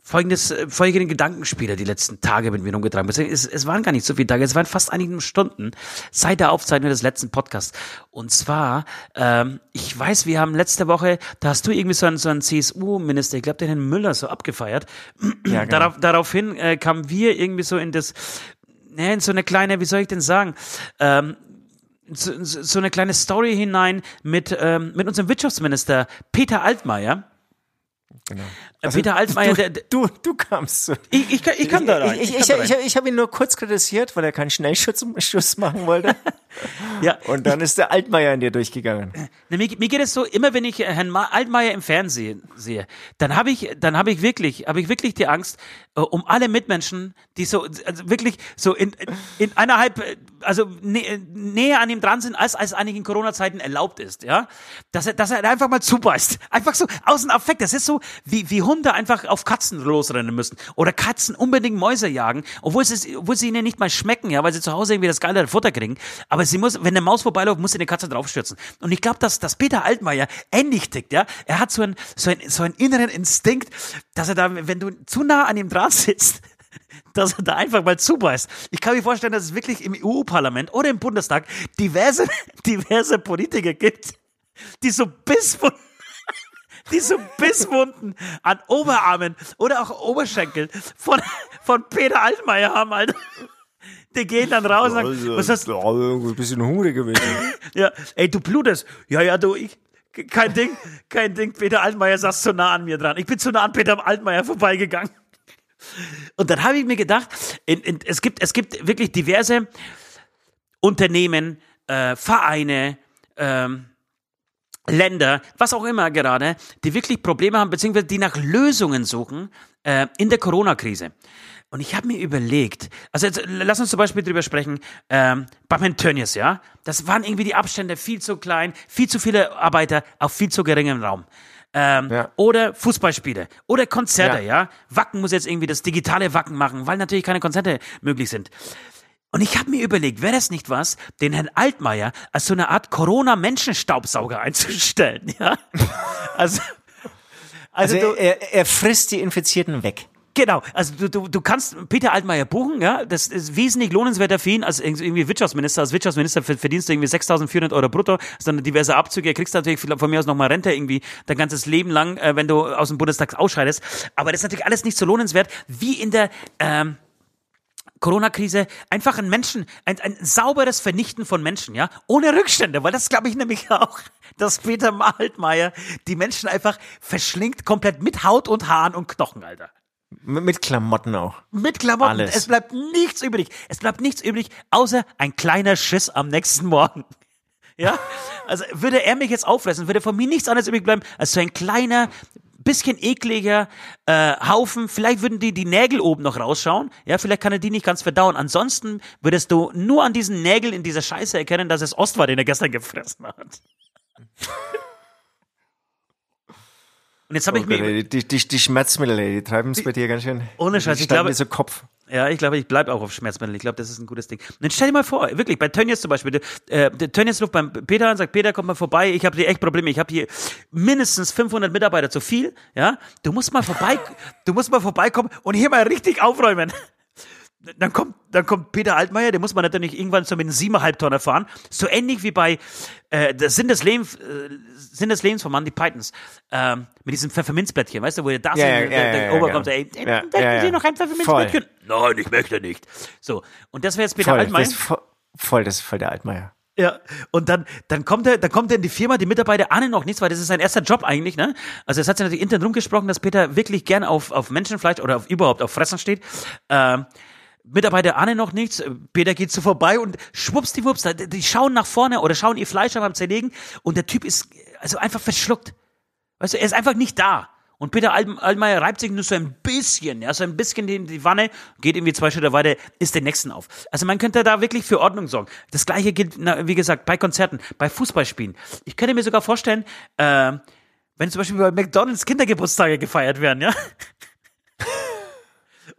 folgendes, folgenden Gedankenspieler die letzten Tage mit mir rumgetragen. Es, es waren gar nicht so viele Tage, es waren fast einige Stunden seit der Aufzeichnung des letzten Podcasts. Und zwar, ähm, ich weiß, wir haben letzte Woche, da hast du irgendwie so einen, so einen C S U-Minister, ich glaube, den Herrn Müller, so abgefeiert. Ja, genau. Darauf, daraufhin äh, kamen wir irgendwie so in das, ne, in so eine kleine, wie soll ich denn sagen, ähm, so, so eine kleine Story hinein mit, ähm, mit unserem Wirtschaftsminister Peter Altmaier. Genau. Also Peter Altmaier, du, du, du kamst so. Ich, ich, ich kam da rein. Ich, ich, ich, ich, ich habe ihn nur kurz kritisiert, weil er keinen Schnellschuss machen wollte. Ja. Und dann ist der Altmaier in dir durchgegangen. Na, mir, mir geht es so, immer wenn ich Herrn Ma- Altmaier im Fernsehen sehe, dann habe ich, dann habe ich wirklich, habe ich wirklich die Angst äh, um alle Mitmenschen, die so, also wirklich so in, in eineinhalb, also nä- näher an ihm dran sind, als als eigentlich in Corona-Zeiten erlaubt ist, ja, dass er, dass er einfach mal zubeißt, einfach so aus dem Affekt. Das ist so wie wie Hunde einfach auf Katzen losrennen müssen oder Katzen unbedingt Mäuse jagen, obwohl sie obwohl sie ihnen nicht mal schmecken, ja, weil sie zu Hause irgendwie das geilere Futter kriegen. Aber sie muss, wenn eine Maus vorbeiläuft, muss sie eine Katze draufstürzen. Und ich glaube, dass, dass Peter Altmaier ähnlich tickt, ja. Er hat so einen, so einen, so einen inneren Instinkt, dass er da, wenn du zu nah an ihm dran sitzt, dass er da einfach mal zubeißt. Ich kann mir vorstellen, dass es wirklich im E U-Parlament oder im Bundestag diverse, diverse Politiker gibt, die so Bisswunden, die so Bisswunden an Oberarmen oder auch Oberschenkeln von, von Peter Altmaier haben, Alter. Die gehen dann raus und sagen, also, was hast du? Ein bisschen hungrig gewesen. Ja, ey, du blutest. Ja, ja, du, ich, kein Ding, kein Ding. Peter Altmaier saß zu nah an mir dran. Ich bin zu nah an Peter Altmaier vorbeigegangen. Und dann habe ich mir gedacht, in, in, es gibt, es gibt wirklich diverse Unternehmen, äh, Vereine, ähm, Länder, was auch immer gerade, die wirklich Probleme haben, beziehungsweise die nach Lösungen suchen äh, in der Corona-Krise. Und ich habe mir überlegt, also jetzt, lass uns zum Beispiel drüber sprechen, ähm, beim Herrn Tönnies, ja, das waren irgendwie die Abstände viel zu klein, viel zu viele Arbeiter auf viel zu geringem Raum. Ähm, ja. Oder Fußballspiele oder Konzerte, ja. ja. Wacken muss jetzt irgendwie das digitale Wacken machen, weil natürlich keine Konzerte möglich sind. Und ich habe mir überlegt, wäre das nicht was, den Herrn Altmaier als so eine Art Corona-Menschenstaubsauger einzustellen, ja? Also, also, also du, er, er frisst die Infizierten weg. Genau, also du, du, du kannst Peter Altmaier buchen, ja, das ist wesentlich lohnenswerter für ihn als irgendwie Wirtschaftsminister. Als Wirtschaftsminister verdienst du irgendwie sechstausendvierhundert Euro brutto, sondern diverse Abzüge, kriegst natürlich von mir aus nochmal Rente irgendwie dein ganzes Leben lang, äh, wenn du aus dem Bundestag ausscheidest. Aber das ist natürlich alles nicht so lohnenswert wie in der ähm, Corona-Krise, einfach ein Menschen, ein, ein sauberes Vernichten von Menschen, ja, ohne Rückstände, weil das glaube ich nämlich auch, dass Peter Altmaier die Menschen einfach verschlingt, komplett mit Haut und Haaren und Knochen, Alter. Mit Klamotten auch. Mit Klamotten. Alles. Es bleibt nichts übrig. Es bleibt nichts übrig, außer ein kleiner Schiss am nächsten Morgen. Ja? Also würde er mich jetzt auffressen, würde von mir nichts anderes übrig bleiben, als so ein kleiner, bisschen ekliger äh, Haufen. Vielleicht würden die die Nägel oben noch rausschauen. Ja, vielleicht kann er die nicht ganz verdauen. Ansonsten würdest du nur an diesen Nägeln in dieser Scheiße erkennen, dass es Ost war, den er gestern gefressen hat. Und jetzt habe oh ich mir... Gott, die, die, die Schmerzmittel, ey, die treiben es bei dir ganz schön. Ohne Scheiß, ich glaube... so Kopf. Ja, ich glaube, ich bleibe auch auf Schmerzmittel. Ich glaube, das ist ein gutes Ding. Und jetzt stell dir mal vor, wirklich, bei Tönnies zum Beispiel, der, äh, der Tönnies ruft beim Peter an und sagt, Peter, komm mal vorbei, ich habe hier echt Probleme, ich habe hier mindestens fünfhundert Mitarbeiter zu viel, ja, du musst mal vorbei, du musst mal vorbeikommen und hier mal richtig aufräumen. Dann kommt, dann kommt Peter Altmaier, der muss man natürlich irgendwann so mit einem siebeneinhalb Tonner fahren. So ähnlich wie bei äh, der Sinn des Lebens, äh, Sinn des Lebens von Monty Pythons. Ähm, mit diesem Pfefferminzblättchen, weißt du, wo der da ja, ja, der, der, der ja, Oberkommt, ja, ey, ja, möchten ja, ja. Sie noch ein Pfefferminzblättchen? Nein, ich möchte nicht. So, und das wäre jetzt Peter voll, Altmaier. Das ist voll, voll, das ist voll der Altmaier. Ja, und dann, dann kommt er, dann kommt er in die Firma, die Mitarbeiter ahnen noch nichts, weil das ist sein erster Job eigentlich, ne? Also es hat sich natürlich intern rumgesprochen, dass Peter wirklich gern auf, auf Menschenfleisch oder auf, überhaupt auf Fressen steht. Ähm, Mitarbeiter ahnen noch nichts, Peter geht so vorbei und schwuppsdiwupps, die schauen nach vorne oder schauen ihr Fleisch an beim Zerlegen und der Typ ist also einfach verschluckt. Weißt du, er ist einfach nicht da. Und Peter Altmaier reibt sich nur so ein bisschen, ja, so ein bisschen in die Wanne, geht irgendwie zwei Schritte weiter, isst den nächsten auf. Also man könnte da wirklich für Ordnung sorgen. Das Gleiche gilt, na, wie gesagt, bei Konzerten, bei Fußballspielen. Ich könnte mir sogar vorstellen, äh, wenn zum Beispiel bei McDonald's Kindergeburtstage gefeiert werden, ja,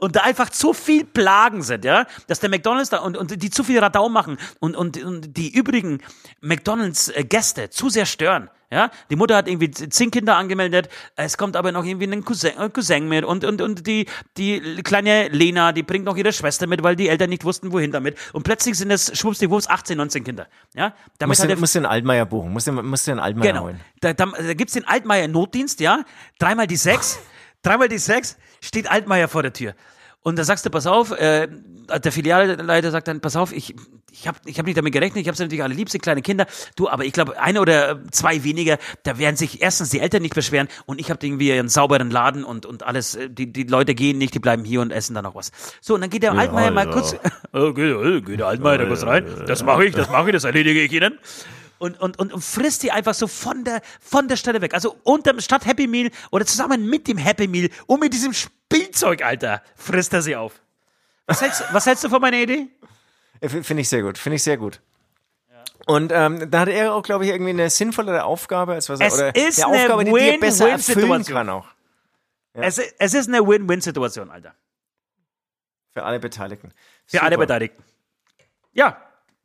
und da einfach zu viel Plagen sind, ja, dass der McDonald's da und, und die zu viel Radau machen und, und, und die übrigen McDonald's-Gäste zu sehr stören. Ja, die Mutter hat irgendwie zehn Kinder angemeldet, es kommt aber noch irgendwie ein Cousin, ein Cousin mit und, und, und die, die kleine Lena, die bringt noch ihre Schwester mit, weil die Eltern nicht wussten, wohin damit. Und plötzlich sind es schwuppsdiwupps achtzehn, neunzehn Kinder. Ja, damit musst, hat du, der, musst du den Altmaier buchen, musst du, musst du den Altmaier genau, holen. da, da, da gibt's den Altmaier-Notdienst, ja, dreimal die sechs, dreimal die sechs, steht Altmaier vor der Tür. Und da sagst du, pass auf, äh, der Filialleiter sagt dann, pass auf, ich ich habe ich hab nicht damit gerechnet, ich habe sie natürlich alle lieb, sind kleine Kinder, du, aber ich glaube, eine oder zwei weniger, da werden sich erstens die Eltern nicht beschweren und ich habe irgendwie einen sauberen Laden und und alles, die die Leute gehen nicht, die bleiben hier und essen dann noch was. So, und dann geht der ja, Altmaier mal kurz, okay, geht der Altmaier da kurz rein, das mache ich, das mache ich, das erledige ich Ihnen. Und, und, und, und frisst die einfach so von der, von der Stelle weg. Also unterm, statt Happy Meal oder zusammen mit dem Happy Meal und mit diesem Spielzeug, Alter, frisst er sie auf. Was hältst, was hältst du von meiner Idee? Finde ich sehr gut, finde ich sehr gut. Ja. Und ähm, da hat er auch, glaube ich, irgendwie eine sinnvollere Aufgabe, als was er, es oder ist eine eine Aufgabe, die er besser erfüllen kann auch. Ja. Es, es ist eine Win-Win-Situation, Alter. Für alle Beteiligten. Für Super. alle Beteiligten. Ja.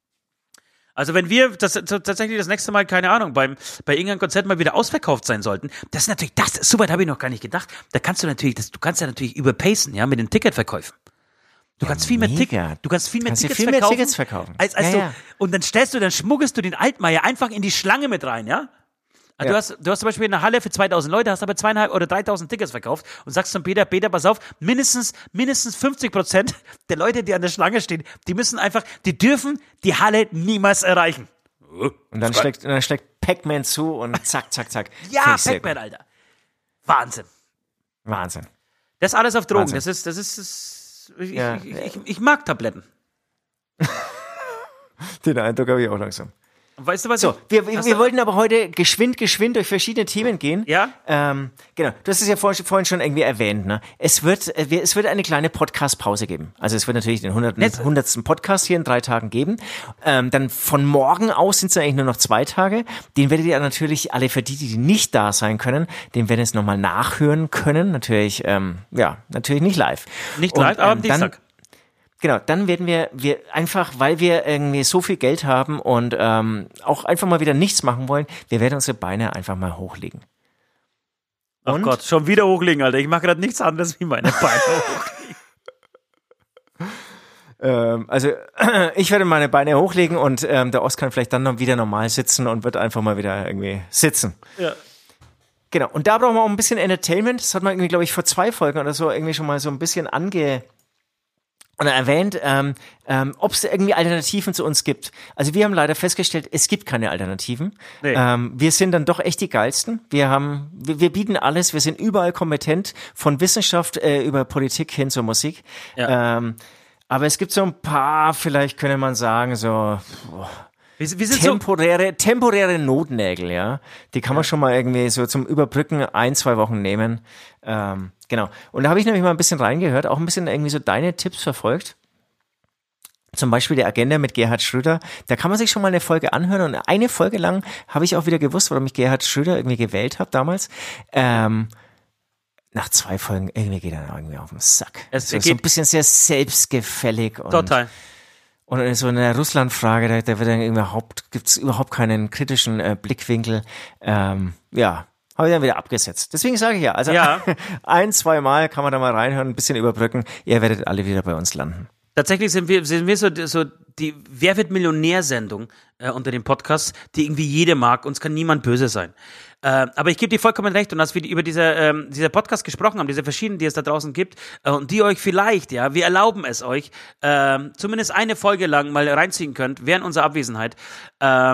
Also wenn wir das, das, tatsächlich das nächste Mal, keine Ahnung, beim bei irgendeinem Konzert mal wieder ausverkauft sein sollten, das ist natürlich, das, so weit habe ich noch gar nicht gedacht, da kannst du natürlich, das, du kannst ja natürlich überpacen, ja, mit den Ticketverkäufen. Du ja, kannst viel mehr Tickets, du kannst viel mehr kannst Tickets viel verkaufen, mehr Tickets verkaufen. Als, als ja, du, ja. Und dann stellst du, dann schmuggelst du den Altmaier einfach in die Schlange mit rein, ja? Also ja. Du hast, du hast zum Beispiel eine Halle für zweitausend Leute, hast aber zweieinhalb oder dreitausend Tickets verkauft und sagst zum Peter, Peter, pass auf, mindestens, mindestens fünfzig Prozent der Leute, die an der Schlange stehen, die müssen einfach, die dürfen die Halle niemals erreichen. Und dann schlägt, dann schlägt Pac-Man zu und zack, zack, zack. Ja, Pac-Man, Alter. Wahnsinn. Wahnsinn. Das ist alles auf Drogen. Wahnsinn. Das ist, das ist, das, ich, ja. ich, ich, ich, ich mag Tabletten. Den Eindruck habe ich auch langsam. Weißt du was? So, wir, wir, wir wollten aber heute geschwind, geschwind durch verschiedene Themen gehen. Ja? Ähm, genau. Du hast es ja vorhin, vorhin schon irgendwie erwähnt, ne? Es wird, es wird eine kleine Podcast-Pause geben. Also es wird natürlich den hundertsten Podcast hier in drei Tagen geben. Ähm, dann von morgen aus sind es eigentlich nur noch zwei Tage. Den werdet ihr natürlich alle, für die, die nicht da sein können, den werden es nochmal nachhören können. Natürlich, ähm, ja, natürlich nicht live. Nicht live, Und, aber am ähm, Dienstag. Dann, Genau, dann werden wir, wir einfach, weil wir irgendwie so viel Geld haben und ähm, auch einfach mal wieder nichts machen wollen, wir werden unsere Beine einfach mal hochlegen. Und? Oh Gott, schon wieder hochlegen, Alter. Ich mache gerade nichts anderes wie meine Beine hochlegen. ähm, also ich werde meine Beine hochlegen und ähm, der Ost kann vielleicht dann noch wieder normal sitzen und wird einfach mal wieder irgendwie sitzen. Ja. Genau, und da brauchen wir auch ein bisschen Entertainment. Das hat man irgendwie, glaube ich, vor zwei Folgen oder so irgendwie schon mal so ein bisschen ange... Und erwähnt, ähm, ähm, ob es irgendwie Alternativen zu uns gibt. Also wir haben leider festgestellt, es gibt keine Alternativen. Nee. Ähm, wir sind dann doch echt die Geilsten. Wir haben, wir, wir bieten alles, wir sind überall kompetent, von Wissenschaft äh, über Politik hin zur Musik. Ja. Ähm, aber es gibt so ein paar, vielleicht könnte man sagen, so boah, wir, wir sind temporäre, so temporäre Notnägel, ja. Die kann man ja. schon mal irgendwie so zum Überbrücken ein, zwei Wochen nehmen. Ähm, Genau. Und da habe ich nämlich mal ein bisschen reingehört, auch ein bisschen irgendwie so deine Tipps verfolgt. Zum Beispiel der Agenda mit Gerhard Schröder. Da kann man sich schon mal eine Folge anhören. Und eine Folge lang habe ich auch wieder gewusst, warum ich Gerhard Schröder irgendwie gewählt habe damals. Ähm, nach zwei Folgen irgendwie geht er irgendwie auf den Sack. Es so, so ein bisschen sehr selbstgefällig. Und, total. Und so eine Russland-Frage, da, da wird dann überhaupt, gibt's überhaupt keinen kritischen äh, Blickwinkel. Ähm, ja. Habe ich dann wieder abgesetzt. Deswegen sage ich ja, also ja. ein, zwei Mal kann man da mal reinhören, ein bisschen überbrücken. Ihr werdet alle wieder bei uns landen. Tatsächlich sind wir, sind wir so, so die Wer wird Millionär-Sendung äh, unter dem Podcast, die irgendwie jeder mag. Uns kann niemand böse sein. Äh, aber ich gebe dir vollkommen recht. Und als wir über diese, ähm, dieser Podcast gesprochen haben, diese verschiedenen, die es da draußen gibt, äh, und die euch vielleicht, ja, wir erlauben es euch, äh, zumindest eine Folge lang mal reinziehen könnt, während unserer Abwesenheit, äh,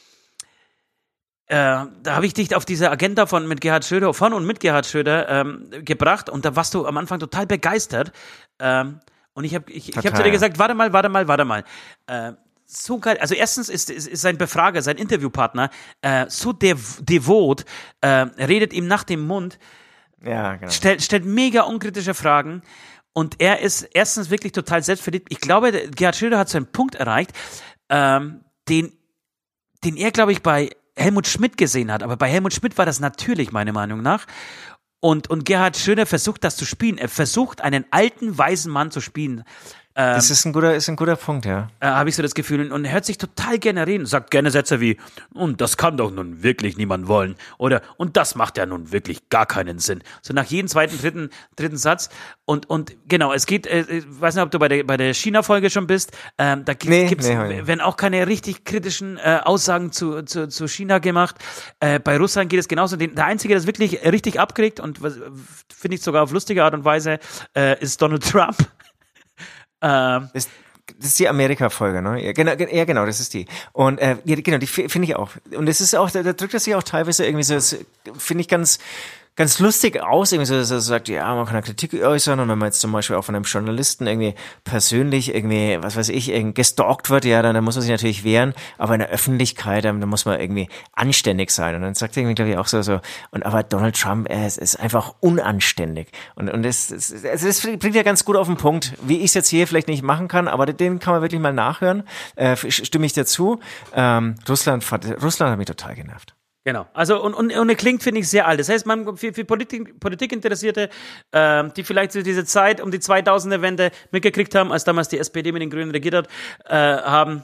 Äh, da habe ich dich auf diese Agenda von mit Gerhard Schröder, von und mit Gerhard Schröder ähm, gebracht und da warst du am Anfang total begeistert. Ähm, und ich habe ich, ich hab zu dir gesagt, warte mal, warte mal, warte mal. Äh, so geil. Also erstens ist, ist, ist sein Befrager, sein Interviewpartner äh, so dev- devot, äh, redet ihm nach dem Mund, ja, genau. stellt, stellt mega unkritische Fragen und er ist erstens wirklich total selbstverliebt. Ich glaube, Gerhard Schröder hat so einen Punkt erreicht, ähm, den, den er, glaube ich, bei Helmut Schmidt gesehen hat, aber bei Helmut Schmidt war das natürlich, meiner Meinung nach. Und, und Gerhard Schröder versucht das zu spielen. Er versucht, einen alten, weisen Mann zu spielen. Ähm, das ist ein guter, ist ein guter Punkt, ja. Äh, habe ich so das Gefühl. Und er hört sich total gerne reden. Sagt gerne Sätze wie, und das kann doch nun wirklich niemand wollen. Oder, und das macht ja nun wirklich gar keinen Sinn. So nach jedem zweiten, dritten, dritten Satz. Und, und genau, es geht, äh, ich weiß nicht, ob du bei der, bei der China-Folge schon bist. Ähm, da Nee, gibt's, nee, nee. werden auch keine richtig kritischen äh, Aussagen zu, zu, zu China gemacht. Äh, bei Russland geht es genauso. Den, der Einzige, der es wirklich richtig abkriegt und was, finde ich sogar auf lustige Art und Weise, äh, ist Donald Trump. Ähm, Das, das ist die Amerika-Folge, ne? Ja, genau, ja, genau, das ist die. Und äh, ja, genau, die f- finde ich auch. Und das ist auch, da, da drückt er sich auch teilweise irgendwie so, das finde ich ganz, ganz lustig aus, irgendwie so, dass er sagt, ja, man kann ja Kritik äußern und wenn man jetzt zum Beispiel auch von einem Journalisten irgendwie persönlich irgendwie, was weiß ich, irgendwie gestalkt wird, ja, dann, dann muss man sich natürlich wehren, aber in der Öffentlichkeit, dann, dann muss man irgendwie anständig sein. Und dann sagt er irgendwie, glaube ich, auch so, so, und aber Donald Trump, er ist, ist einfach unanständig. Und, und das, das, also das bringt ja ganz gut auf den Punkt, wie ich es jetzt hier vielleicht nicht machen kann, aber den kann man wirklich mal nachhören, äh, stimme ich dazu. Ähm, Russland, Russland hat mich total genervt. Genau. Also und, und, und er klingt, finde ich, sehr alt. Das heißt, man für, für Politik, Politikinteressierte, ähm, die vielleicht so diese Zeit um die zweitausender-Wende mitgekriegt haben, als damals die S P D mit den Grünen regiert hat, äh, haben,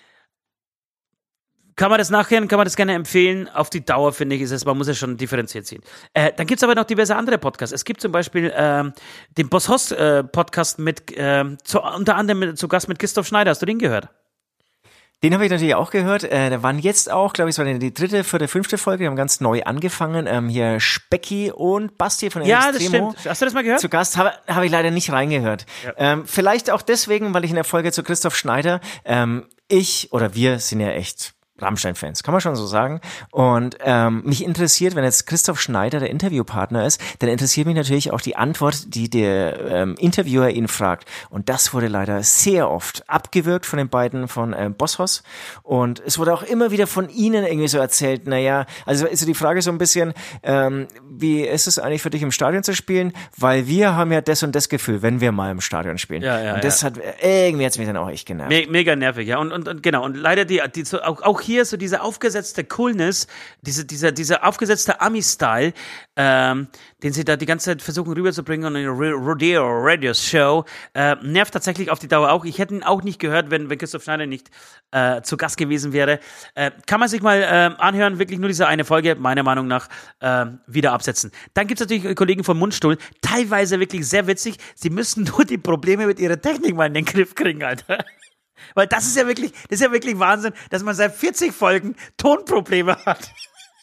kann man das nachhören, kann man das gerne empfehlen. Auf die Dauer, finde ich, ist es, man muss es schon differenziert sehen. Äh, dann gibt's aber noch diverse andere Podcasts. Es gibt zum Beispiel ähm, den Boss Hoss äh, Podcast mit, äh, zu, unter anderem mit, zu Gast mit Christoph Schneider. Hast du den gehört? Den habe ich natürlich auch gehört. Äh, da waren jetzt auch, glaube ich, es war die dritte, vierte, fünfte Folge. Die haben ganz neu angefangen. Ähm, hier Specki und Basti von Ja, das Extremo. stimmt. Hast du das mal gehört? Zu Gast habe hab ich leider nicht reingehört. Ja. Ähm, vielleicht auch deswegen, weil ich in der Folge zu Christoph Schneider, ähm, ich oder wir sind ja echt Rammstein-Fans, kann man schon so sagen. Und ähm, mich interessiert, wenn jetzt Christoph Schneider der Interviewpartner ist, dann interessiert mich natürlich auch die Antwort, die der ähm, Interviewer ihn fragt. Und das wurde leider sehr oft abgewürgt von den beiden von äh, Bosshaus. Und es wurde auch immer wieder von ihnen irgendwie so erzählt, naja, also ist so die Frage so ein bisschen, ähm, wie ist es eigentlich für dich im Stadion zu spielen? Weil wir haben ja das und das Gefühl, wenn wir mal im Stadion spielen. Ja, ja, und das ja. hat, irgendwie hat's mich dann auch echt genervt. Me- mega nervig, ja. Und, und, und genau, und leider die, die so, auch, auch hier so diese aufgesetzte Coolness, diese, dieser, dieser aufgesetzte Ami-Style, ähm, den sie da die ganze Zeit versuchen rüberzubringen und in der Rodeo Radio Show, äh, nervt tatsächlich auf die Dauer auch. Ich hätte ihn auch nicht gehört, wenn, wenn Christoph Schneider nicht äh, zu Gast gewesen wäre. Äh, kann man sich mal äh, anhören, wirklich nur diese eine Folge, meiner Meinung nach, äh, wieder absetzen. Dann gibt's natürlich Kollegen vom Mundstuhl, teilweise wirklich sehr witzig. Sie müssen nur die Probleme mit ihrer Technik mal in den Griff kriegen, Alter. Weil das ist ja wirklich, das ist ja wirklich Wahnsinn, dass man seit vierzig Folgen Tonprobleme hat.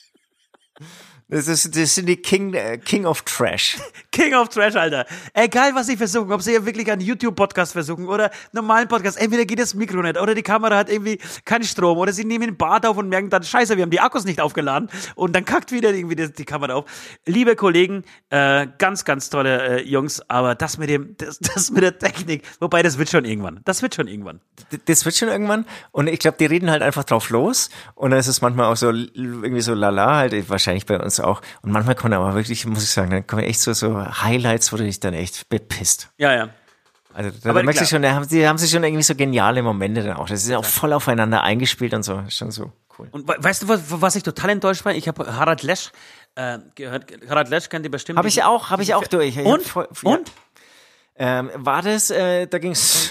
Das, ist, das sind die King, äh, King of Trash. King of Trash, Alter. Egal, was sie versuchen, ob sie ja wirklich einen YouTube-Podcast versuchen oder einen normalen Podcast, entweder geht das Mikro nicht oder die Kamera hat irgendwie keinen Strom oder sie nehmen den Bart auf und merken dann, scheiße, wir haben die Akkus nicht aufgeladen und dann kackt wieder irgendwie die, die Kamera auf. Liebe Kollegen, äh, ganz, ganz tolle äh, Jungs, aber das mit dem, das, das mit der Technik, wobei das wird schon irgendwann. Das wird schon irgendwann. Das wird schon irgendwann. Und ich glaube, die reden halt einfach drauf los. Und dann ist es manchmal auch so irgendwie so lala, halt wahrscheinlich bei uns auch. Und manchmal kommen aber wirklich, muss ich sagen, dann kommen echt so, so Highlights, wo du dich dann echt bepisst. Ja, ja. Also da Aber merkst du klar. schon, da haben sie, haben sie schon irgendwie so geniale Momente dann auch. Das ist ja auch voll aufeinander eingespielt und so. Ist schon so cool. Und we- weißt du, was, was ich total enttäuscht war? Ich habe Harald Lesch äh, gehört. Harald Lesch kennt ihr bestimmt. Habe ich auch, habe ich auch durch. Ich hab Und? voll- ja. Und? Ähm, war das, äh, da ging's,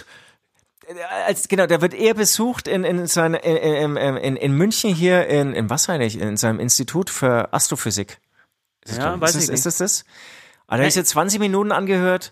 als, genau, der wird eher besucht in, in, seine, in, in, in, in München hier, in, in was meine ich, in seinem Institut für Astrophysik. Ist das, Ja, glaub ich. weiß ist das, ich ist das das? Aber da habe ich jetzt zwanzig Minuten angehört.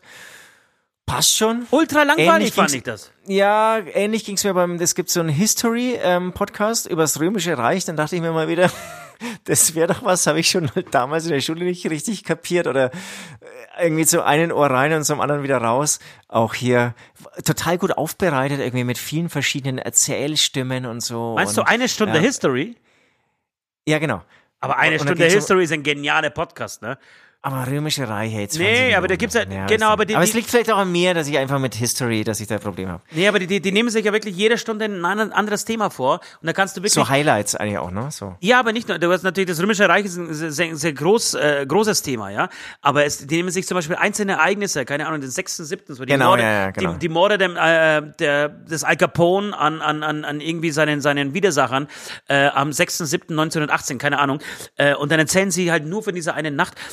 Passt schon. Ultra langweilig Ähnlich fand ging's- ich das. Ja, ähnlich ging's mir beim, es gibt so einen History-Podcast über das Römische Reich, dann dachte ich mir mal wieder, das wäre doch was, habe ich schon damals in der Schule nicht richtig kapiert oder irgendwie zu einem Ohr rein und zum anderen wieder raus. Auch hier total gut aufbereitet, irgendwie mit vielen verschiedenen Erzählstimmen und so. Meinst und, du eine Stunde ja. History? Ja, genau. Aber eine Und dann Stunde ging's um- History ist ein genialer Podcast, ne? Aber Römische Reich, jetzt. Nee, aber da gibt's ja- genau, aber die- aber es die- liegt vielleicht auch an mir, dass ich einfach mit History, dass ich da ein Problem habe. Nee, aber die, die, die nehmen sich ja wirklich jede Stunde ein an- anderes Thema vor. Und da kannst du wirklich. So Highlights eigentlich auch, ne? So. Ja, aber nicht nur. Du hast natürlich das Römische Reich ist ein sehr, sehr, sehr groß, äh, großes Thema, ja. Aber es, die nehmen sich zum Beispiel einzelne Ereignisse, keine Ahnung, den sechsten, siebten so die Genau, Morde, ja, ja, genau. die, die Morde dem, äh, der, des Al Capone an, an, an, an irgendwie seinen, seinen Widersachern äh, am sechsten, siebten neunzehnhundertachtzehn, keine Ahnung. Äh, und dann erzählen sie halt nur von dieser einen Nacht. Also ich finde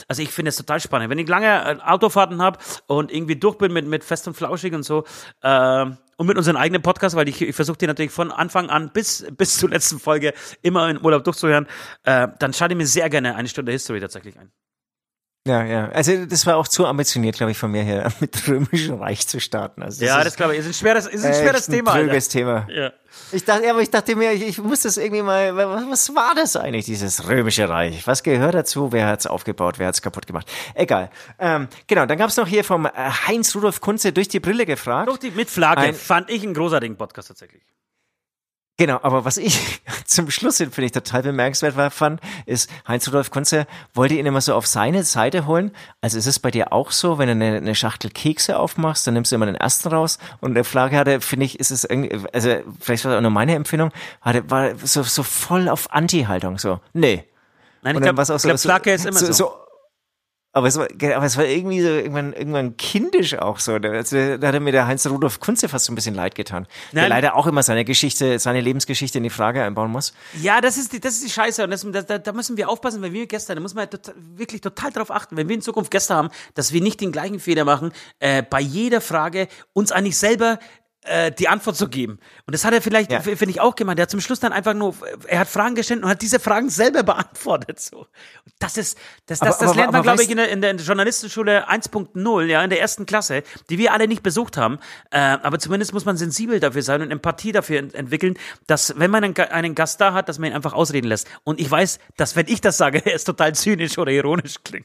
finde es total spannend. Wenn ich lange äh, Autofahrten habe und irgendwie durch bin mit, mit Fest und Flauschig und so, äh, und mit unserem eigenen Podcast, weil ich, ich versuche die natürlich von Anfang an bis, bis zur letzten Folge immer in Urlaub durchzuhören, äh, dann schalte ich mir sehr gerne eine Stunde History tatsächlich ein. Ja, ja. Also das war auch zu ambitioniert, glaube ich, von mir her, mit Römischen Reich zu starten. Also das ja, ist, das glaube ich, ist ein schweres, ist ein schweres ein Thema. Ein Thema. Ja. Ich dachte, aber ich dachte mir, ich, ich muss das irgendwie mal, was, was war das eigentlich, dieses Römische Reich? Was gehört dazu? Wer hat's aufgebaut? Wer hat's kaputt gemacht? Egal. Ähm, genau, dann gab's noch hier vom Heinz Rudolf Kunze durch die Brille gefragt. Durch die, mit Flagge ein, fand ich einen großartigen Podcast tatsächlich. Genau, aber was ich zum Schluss hin, finde ich, total bemerkenswert war, fand, ist, Heinz Rudolf Kunze wollte ihn immer so auf seine Seite holen. Also ist es bei dir auch so, wenn du eine, eine Schachtel Kekse aufmachst, dann nimmst du immer den ersten raus und der Flagge hatte, finde ich, ist es irgendwie, also vielleicht war das auch nur meine Empfindung, hatte, war so, so voll auf Anti-Haltung, so, nee. Nein, ich glaube, so, glaub, so, Flagge ist immer so. so, so Aber es war, aber es war irgendwie so irgendwann, irgendwann kindisch auch so. Da, also, da hat mir der Heinz Rudolf Kunze fast so ein bisschen leid getan. Nein. Der leider auch immer seine Geschichte, seine Lebensgeschichte in die Frage einbauen muss. Ja, das ist die, das ist die Scheiße. Und das, da, da müssen wir aufpassen, wenn wir Gäste, da muss man total, wirklich total drauf achten, wenn wir in Zukunft Gäste haben, dass wir nicht den gleichen Fehler machen, äh, bei jeder Frage uns eigentlich selber die Antwort zu geben. Und das hat er vielleicht, ja. finde ich, auch gemacht. Der hat zum Schluss dann einfach nur, er hat Fragen gestellt und hat diese Fragen selber beantwortet. So. Und das ist, das, das, aber, das lernt aber, man, glaube ich, in der, in der Journalistenschule eins Punkt null, ja, in der ersten Klasse, die wir alle nicht besucht haben. Äh, aber zumindest muss man sensibel dafür sein und Empathie dafür ent- entwickeln, dass, wenn man einen, einen Gast da hat, dass man ihn einfach ausreden lässt. Und ich weiß, dass, wenn ich das sage, er es total zynisch oder ironisch klingt.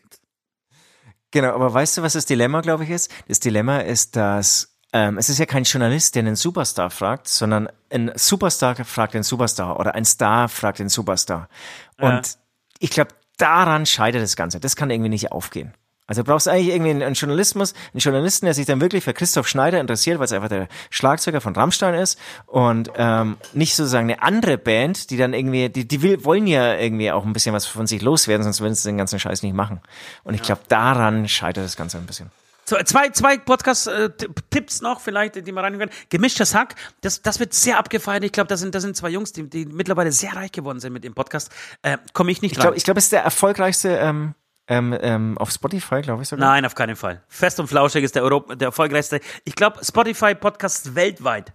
Genau, aber weißt du, was das Dilemma, glaube ich, ist? Das Dilemma ist, dass Ähm, es ist ja kein Journalist, der einen Superstar fragt, sondern ein Superstar fragt den Superstar oder ein Star fragt den Superstar. Und ja. ich glaube, daran scheitert das Ganze. Das kann irgendwie nicht aufgehen. Also du brauchst eigentlich irgendwie einen Journalismus, einen Journalisten, der sich dann wirklich für Christoph Schneider interessiert, weil es einfach der Schlagzeuger von Rammstein ist und ähm, nicht sozusagen eine andere Band, die dann irgendwie, die, die will, wollen ja irgendwie auch ein bisschen was von sich loswerden, sonst würden sie den ganzen Scheiß nicht machen. Und ich glaube, daran scheitert das Ganze ein bisschen. So, zwei, zwei Podcast-Tipps noch vielleicht, die man rein können. Gemischtes Hack, das, das wird sehr abgefeiert. Ich glaube, das sind, das sind zwei Jungs, die, die mittlerweile sehr reich geworden sind mit dem Podcast. Äh, Komme ich nicht ich rein. Glaub, ich glaube, es ist der erfolgreichste ähm, ähm, ähm, auf Spotify, glaube ich sogar. Nein, auf keinen Fall. Fest und Flauschig ist der, Europa, der erfolgreichste. Ich glaube, Spotify-Podcast weltweit.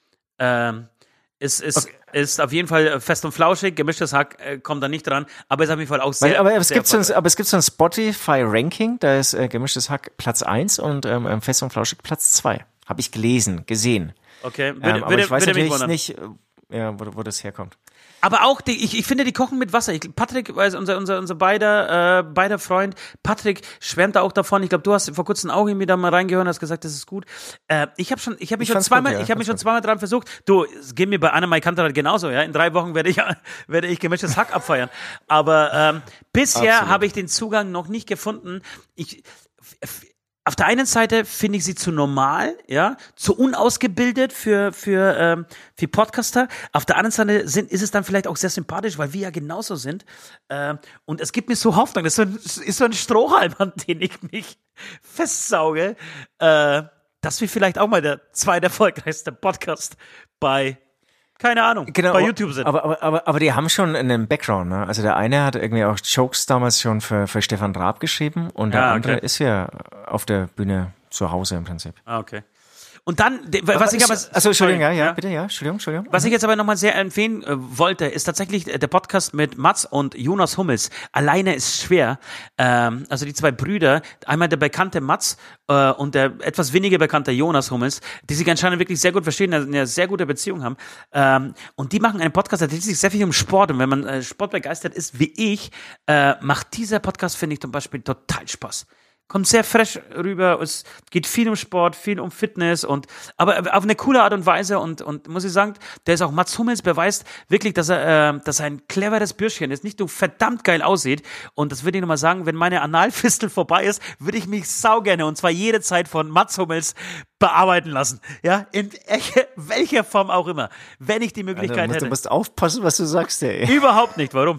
Ähm, Ist, ist, okay. ist auf jeden Fall Fest und Flauschig, Gemischtes Hack äh, kommt da nicht dran, aber ist auf jeden Fall auch sehr, Weil, aber, es sehr gibt so ein, aber es gibt so ein Spotify-Ranking, da ist äh, Gemischtes Hack Platz eins und ähm, Fest und Flauschig Platz zwei. Habe ich gelesen, gesehen. Okay, würde, ähm, aber würde, ich weiß natürlich nicht, äh, ja, wo, wo das herkommt. Aber auch, die, ich, ich finde, die kochen mit Wasser. Ich, Patrick, also unser, unser, unser beider, äh, beider Freund, Patrick schwärmt da auch davon. Ich glaube, du hast vor kurzem auch irgendwie da mal reingehört und hast gesagt, das ist gut. Äh, ich habe schon, ich habe mich ich schon zweimal, gut, ja, ich habe mich schon zweimal dran versucht. Du, es geht mir bei Annemai Kantereit genauso, ja. In drei Wochen werde ich, werde ich Gemischtes Hack abfeiern. Aber ähm, bisher habe ich den Zugang noch nicht gefunden. Ich, f- Auf der einen Seite finde ich sie zu normal, ja, zu unausgebildet für für ähm, für Podcaster. Auf der anderen Seite sind, ist es dann vielleicht auch sehr sympathisch, weil wir ja genauso sind. Ähm, und es gibt mir so Hoffnung. Das ist so ein, ist so ein Strohhalm, an den ich mich festsauge, äh, dass wir vielleicht auch mal der zweiterfolgreichste Podcast bei keine Ahnung, genau, bei YouTube sind. Aber, aber, aber, aber die haben schon einen Background, ne? Also der eine hat irgendwie auch Jokes damals schon für, für Stefan Raab geschrieben und der ja, andere okay. ist ja auf der Bühne zu Hause im Prinzip. Ah, okay. Und dann, was aber ich aber... Also, Entschuldigung, ja, ja, ja, bitte, ja, Entschuldigung, Entschuldigung. Was ich jetzt aber nochmal sehr empfehlen äh, wollte, ist tatsächlich der Podcast mit Mats und Jonas Hummels. Alleine ist schwer. Ähm, also die zwei Brüder, einmal der bekannte Mats äh, und der etwas weniger bekannte Jonas Hummels, die sich anscheinend wirklich sehr gut verstehen, eine sehr gute Beziehung haben. Ähm, und die machen einen Podcast, der dreht sich sehr viel um Sport. Und wenn man äh, sportbegeistert ist wie ich, äh, macht dieser Podcast, finde ich, zum Beispiel total Spaß. Kommt sehr fresh rüber, es geht viel um Sport, viel um Fitness und aber auf eine coole Art und Weise und und muss ich sagen, der ist auch Mats Hummels beweist wirklich, dass er äh, dass er ein cleveres Bürschchen ist, nicht nur verdammt geil aussieht und das würde ich nochmal sagen, wenn meine Analfistel vorbei ist, würde ich mich saugerne und zwar jede Zeit von Mats Hummels bearbeiten lassen, ja, in welcher Form auch immer, wenn ich die Möglichkeit also, du musst, hätte. Du musst aufpassen, was du sagst, ey. Überhaupt nicht, warum?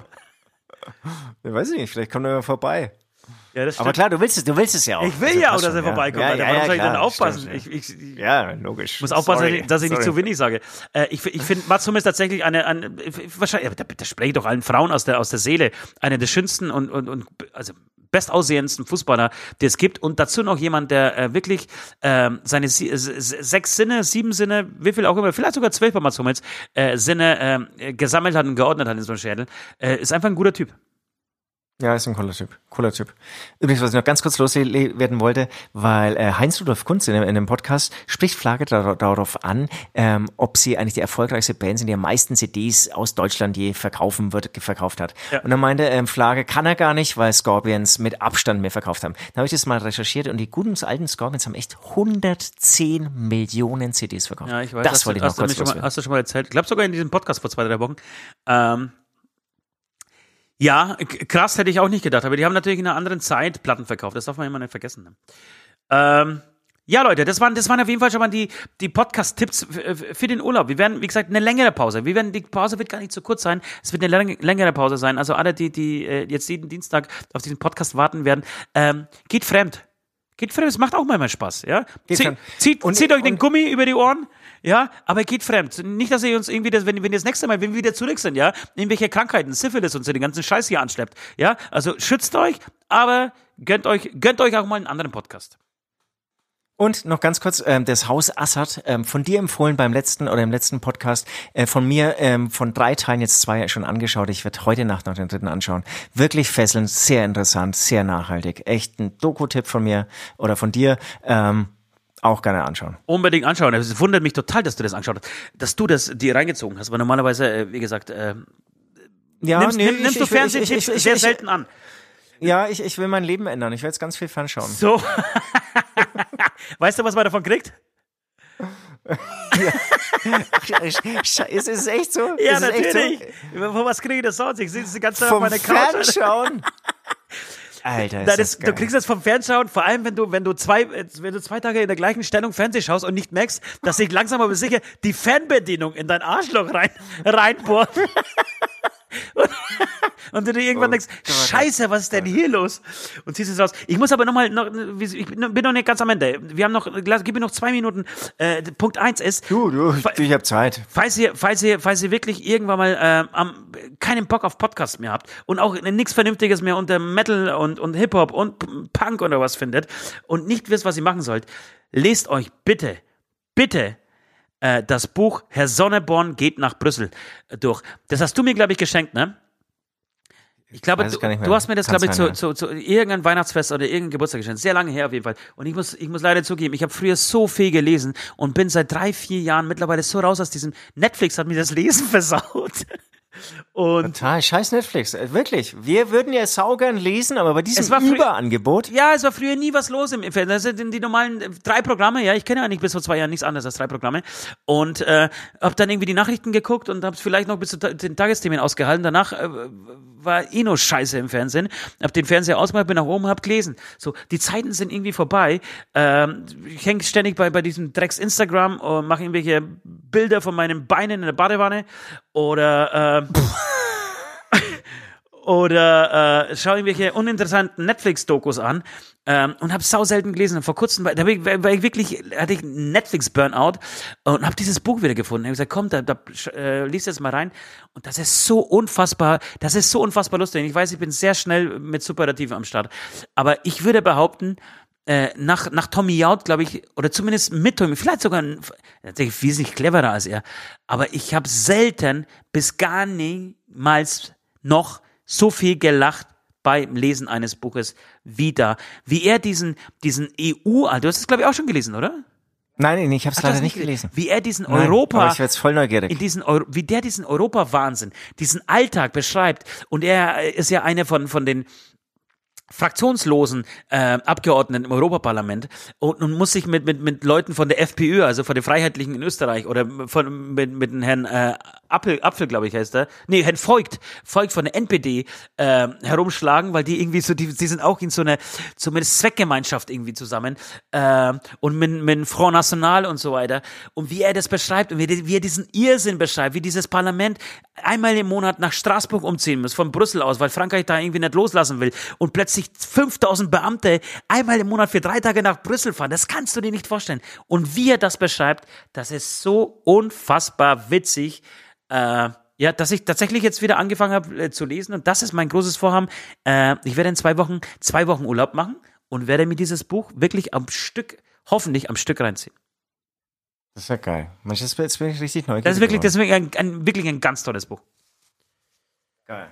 Ich weiß nicht, vielleicht kommt er mal vorbei. Ja, das aber klar, du willst es, du willst es ja auch. Ich will also, ja auch, dass er vorbeikommt. Ja, ja, Warum ja, soll ich klar, dann aufpassen? Stimmt, ich, ich, ja, logisch. muss aufpassen, Sorry. dass ich nicht Sorry. zu wenig sage. Äh, ich ich finde, Mats Hummels tatsächlich eine, eine wahrscheinlich, da, da spreche ich doch allen Frauen aus der, aus der Seele, eine der schönsten und, und, und also bestaussehendsten Fußballer, die es gibt. Und dazu noch jemand, der äh, wirklich äh, seine sie- s- s- sechs Sinne, sieben Sinne, wie viel auch immer, vielleicht sogar zwölf bei Mats Hummels, äh, Sinne äh, gesammelt hat und geordnet hat in so einem Schädel. Äh, ist einfach ein guter Typ. Ja, ist ein cooler Typ. Cooler Typ. Übrigens, was ich noch ganz kurz loswerden wollte, weil äh, Heinz-Rudolf Kunz in, in dem Podcast spricht Flagge dar- darauf an, ähm, ob sie eigentlich die erfolgreichste Band sind, die am meisten C Ds aus Deutschland je verkaufen wird, verkauft hat. Ja. Und dann meinte ähm, Flagge, kann er gar nicht, weil Scorpions mit Abstand mehr verkauft haben. Dann habe ich das mal recherchiert und die guten alten Scorpions haben echt hundertzehn Millionen C Ds verkauft. Ja, ich weiß. Das hast wollte du, ich noch hast du kurz mir schon mal, loswerden. Hast du schon mal erzählt? Ich glaube sogar in diesem Podcast vor zwei, drei Wochen. Ähm, Ja, krass, hätte ich auch nicht gedacht. Aber die haben natürlich in einer anderen Zeit Platten verkauft. Das darf man immer nicht vergessen. Ne? Ähm, ja, Leute, das waren, das waren auf jeden Fall schon mal die, die Podcast-Tipps für, für den Urlaub. Wir werden, wie gesagt, eine längere Pause. Wir werden, die Pause wird gar nicht zu kurz sein. Es wird eine läng- längere Pause sein. Also alle, die, die jetzt jeden Dienstag auf diesen Podcast warten werden, ähm, geht fremd. Geht fremd, es macht auch manchmal Spaß, ja. Zieht, zieht, und, zieht euch den Gummi über die Ohren, ja, aber geht fremd. Nicht, dass ihr uns irgendwie, das, wenn, wenn ihr das nächste Mal, wenn wir wieder zurück sind, ja, irgendwelche Krankheiten, Syphilis und so, den ganzen Scheiß hier anschleppt, ja. Also schützt euch, aber gönnt euch, gönnt euch auch mal einen anderen Podcast. Und noch ganz kurz, ähm, das Haus Assad, ähm, von dir empfohlen beim letzten oder im letzten Podcast, äh, von mir ähm, von drei Teilen jetzt zwei schon angeschaut. Ich werde heute Nacht noch den dritten anschauen. Wirklich fesselnd, sehr interessant, sehr nachhaltig. Echt ein Doku-Tipp von mir oder von dir. Ähm, auch gerne anschauen. Unbedingt anschauen. Es wundert mich total, dass du das angeschaut hast, dass du das dir reingezogen hast, weil normalerweise, äh, wie gesagt, äh, ja, nimmst, nee, nimm, nimmst ich, du ich, Fernsehtipps ich, ich, ich, sehr ich, selten an. Ja, ich, ich will mein Leben ändern. Ich werde jetzt ganz viel fernschauen. So. Weißt du, was man davon kriegt? Ist es echt so? Ja, ist natürlich. So? Von was kriege ich das sonst? Ich sehe das die ganze Zeit Vom auf meiner Couch. Fernschauen? Alter, ist Na, das das, du kriegst das vom Fernschauen, vor allem wenn du, wenn du zwei, wenn du zwei Tage in der gleichen Stellung Fernseh schaust und nicht merkst, dass sich langsam aber sicher die Fernbedienung in dein Arschloch rein, reinbohrt. Und, und du dir irgendwann Oh denkst, Gott. Scheiße, was ist denn hier los? Und ziehst es raus. Ich muss aber nochmal, noch, ich bin noch nicht ganz am Ende. Wir haben noch, gib mir noch zwei Minuten. Äh, Punkt eins ist, Du, du, ich hab Zeit. Falls ihr, falls ihr, falls ihr wirklich irgendwann mal äh, am, keinen Bock auf Podcasts mehr habt und auch nichts Vernünftiges mehr unter Metal und, und Hip-Hop und P- Punk oder was findet und nicht wisst, was ihr machen sollt, lest euch bitte, bitte äh, das Buch Herr Sonneborn geht nach Brüssel durch. Das hast du mir, glaube ich, geschenkt, ne? Ich glaube, Weiß du, ich gar nicht mehr. du hast mir das, Kann glaube ich, sein, zu, ja. zu, zu irgendeinem Weihnachtsfest oder irgendeinem Geburtstag geschenkt. Sehr lange her auf jeden Fall. Und ich muss, ich muss leider zugeben, ich habe früher so viel gelesen und bin seit drei, vier Jahren mittlerweile so raus aus diesem Netflix, hat mir das Lesen versaut. Und Total, scheiß Netflix, äh, wirklich. Wir würden ja saugern lesen, aber bei diesem Es war frü- Überangebot. ja, es war früher nie was los im Fernsehen. Das sind die normalen äh, drei Programme, ja, ich kenne ja eigentlich bis vor zwei Jahren nichts anderes als drei Programme. Und äh, hab dann irgendwie die Nachrichten geguckt und hab's vielleicht noch bis zu ta- den Tagesthemen ausgehalten. Danach äh, war eh nur Scheiße im Fernsehen. Hab den Fernseher ausgemacht, bin nach oben, hab gelesen. So, die Zeiten sind irgendwie vorbei. Ähm, ich hänge ständig bei, bei diesem Drecks Instagram und mache irgendwelche Bilder von meinen Beinen in der Badewanne oder äh, oder äh, schaue irgendwelche uninteressanten Netflix-Dokus an ähm, und habe sau selten gelesen. Und vor kurzem war, da war ich, war ich wirklich, hatte ich einen Netflix-Burnout und habe dieses Buch wieder gefunden. Ich habe gesagt, komm, da, da äh, lies jetzt mal rein. Und das ist so unfassbar, das ist so unfassbar lustig. Ich weiß, ich bin sehr schnell mit Superlativen am Start. Aber ich würde behaupten, äh, nach, nach Tommy Jaud, glaube ich, oder zumindest mit Tommy, vielleicht sogar ein, natürlich wesentlich cleverer als er, aber ich habe selten bis gar niemals noch so viel gelacht beim Lesen eines Buches wie da. Wie er diesen, diesen E U, du hast es glaube ich auch schon gelesen, oder? Nein, nein, ich habe es Ach, du hast leider nicht gelesen. Wie er diesen Nein, Europa, aber ich werde jetzt voll neugierig. in diesen Euro, wie der diesen Europa-Wahnsinn, diesen Alltag beschreibt. Und er ist ja einer von, von den fraktionslosen äh, Abgeordneten im Europaparlament und, und muss sich mit, mit, mit Leuten von der FPÖ, also von den Freiheitlichen in Österreich oder von, mit, mit dem Herrn äh, Apfel, Apfel glaube ich heißt er, nee, Herrn Voigt, Voigt von der N P D äh, herumschlagen, weil die irgendwie so, die, die sind auch in so einer zumindest Zweckgemeinschaft irgendwie zusammen äh, und mit, mit Front National und so weiter und wie er das beschreibt und wie, wie er diesen Irrsinn beschreibt, wie dieses Parlament einmal im Monat nach Straßburg umziehen muss, von Brüssel aus, weil Frankreich da irgendwie nicht loslassen will und plötzlich fünftausend Beamte einmal im Monat für drei Tage nach Brüssel fahren. Das kannst du dir nicht vorstellen. Und wie er das beschreibt, das ist so unfassbar witzig. Äh, Ja, dass ich tatsächlich jetzt wieder angefangen habe äh, zu lesen und das ist mein großes Vorhaben. Äh, ich werde in zwei Wochen, zwei Wochen Urlaub machen und werde mir dieses Buch wirklich am Stück, hoffentlich am Stück reinziehen. Das ist ja geil. Mensch, das jetzt bin ich richtig neugierig. Das ist wirklich, das ist wirklich ein, ein, wirklich ein ganz tolles Buch. Geil.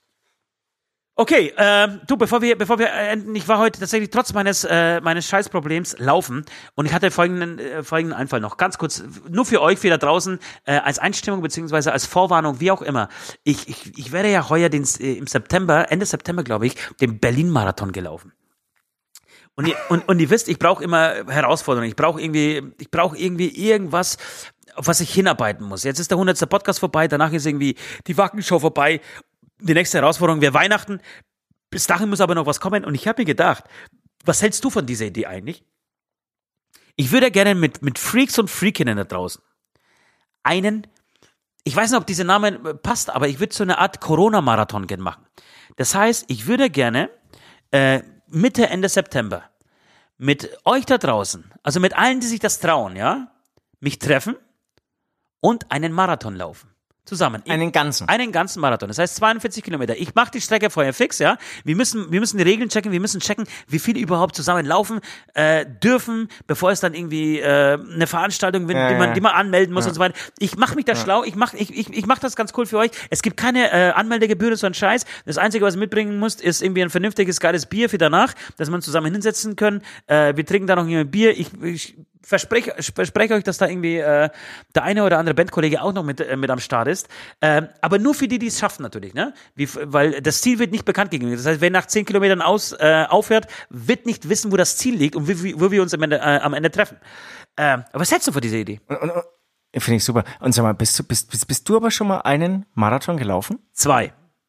Okay, äh, du, bevor wir, bevor wir enden, ich war heute tatsächlich trotz meines, äh, meines Scheißproblems laufen und ich hatte folgenden, äh, folgenden Einfall noch. Ganz kurz, nur für euch, für da draußen, äh, als Einstimmung beziehungsweise als Vorwarnung, wie auch immer. Ich, ich, ich werde ja heuer den, äh, im September, Ende September, glaube ich, den Berlin-Marathon gelaufen. Und ihr, und, und ihr wisst, ich brauche immer Herausforderungen. Ich brauche irgendwie, ich brauche irgendwie irgendwas, auf was ich hinarbeiten muss. Jetzt ist der hundertste Podcast vorbei, danach ist irgendwie die Wackenshow vorbei. Die nächste Herausforderung wäre Weihnachten. Bis dahin muss aber noch was kommen. Und ich habe mir gedacht, was hältst du von dieser Idee eigentlich? Ich würde gerne mit, mit Freaks und Freakinnen da draußen einen, ich weiß nicht, ob dieser Name passt, aber ich würde so eine Art Corona-Marathon gerne machen. Das heißt, ich würde gerne äh, Mitte, Ende September mit euch da draußen, also mit allen, die sich das trauen, ja, mich treffen und einen Marathon laufen. Zusammen. Einen ganzen. Einen ganzen Marathon. Das heißt zweiundvierzig Kilometer. Ich mache die Strecke vorher fix, ja. Wir müssen, wir müssen die Regeln checken. Wir müssen checken, wie viele überhaupt zusammen laufen äh, dürfen, bevor es dann irgendwie äh, eine Veranstaltung wird, ja, die man, ja. die man anmelden muss ja. und so weiter. Ich mache mich da ja. schlau. Ich mache, ich, ich, ich mache das ganz cool für euch. Es gibt keine äh, Anmeldegebühr, so ein Scheiß. Das Einzige, was ihr mitbringen müsst, ist irgendwie ein vernünftiges, geiles Bier für danach, dass man zusammen hinsetzen können. Äh, wir trinken da noch ein Bier. Ich, ich verspreche versprech euch, dass da irgendwie äh, der eine oder andere Bandkollege auch noch mit, äh, mit am Start ist. Ähm, aber nur für die, die es schaffen natürlich, ne? Wie, weil das Ziel wird nicht bekannt gegeben. Das heißt, wer nach zehn Kilometern aus, äh, aufhört, wird nicht wissen, wo das Ziel liegt und wie, wie, wo wir uns am Ende, äh, am Ende treffen. Ähm, aber was hältst du von dieser Idee? Und, und, und, finde ich super. Und sag mal, bist du, bist, bist, bist du aber schon mal einen Marathon gelaufen? Zwei.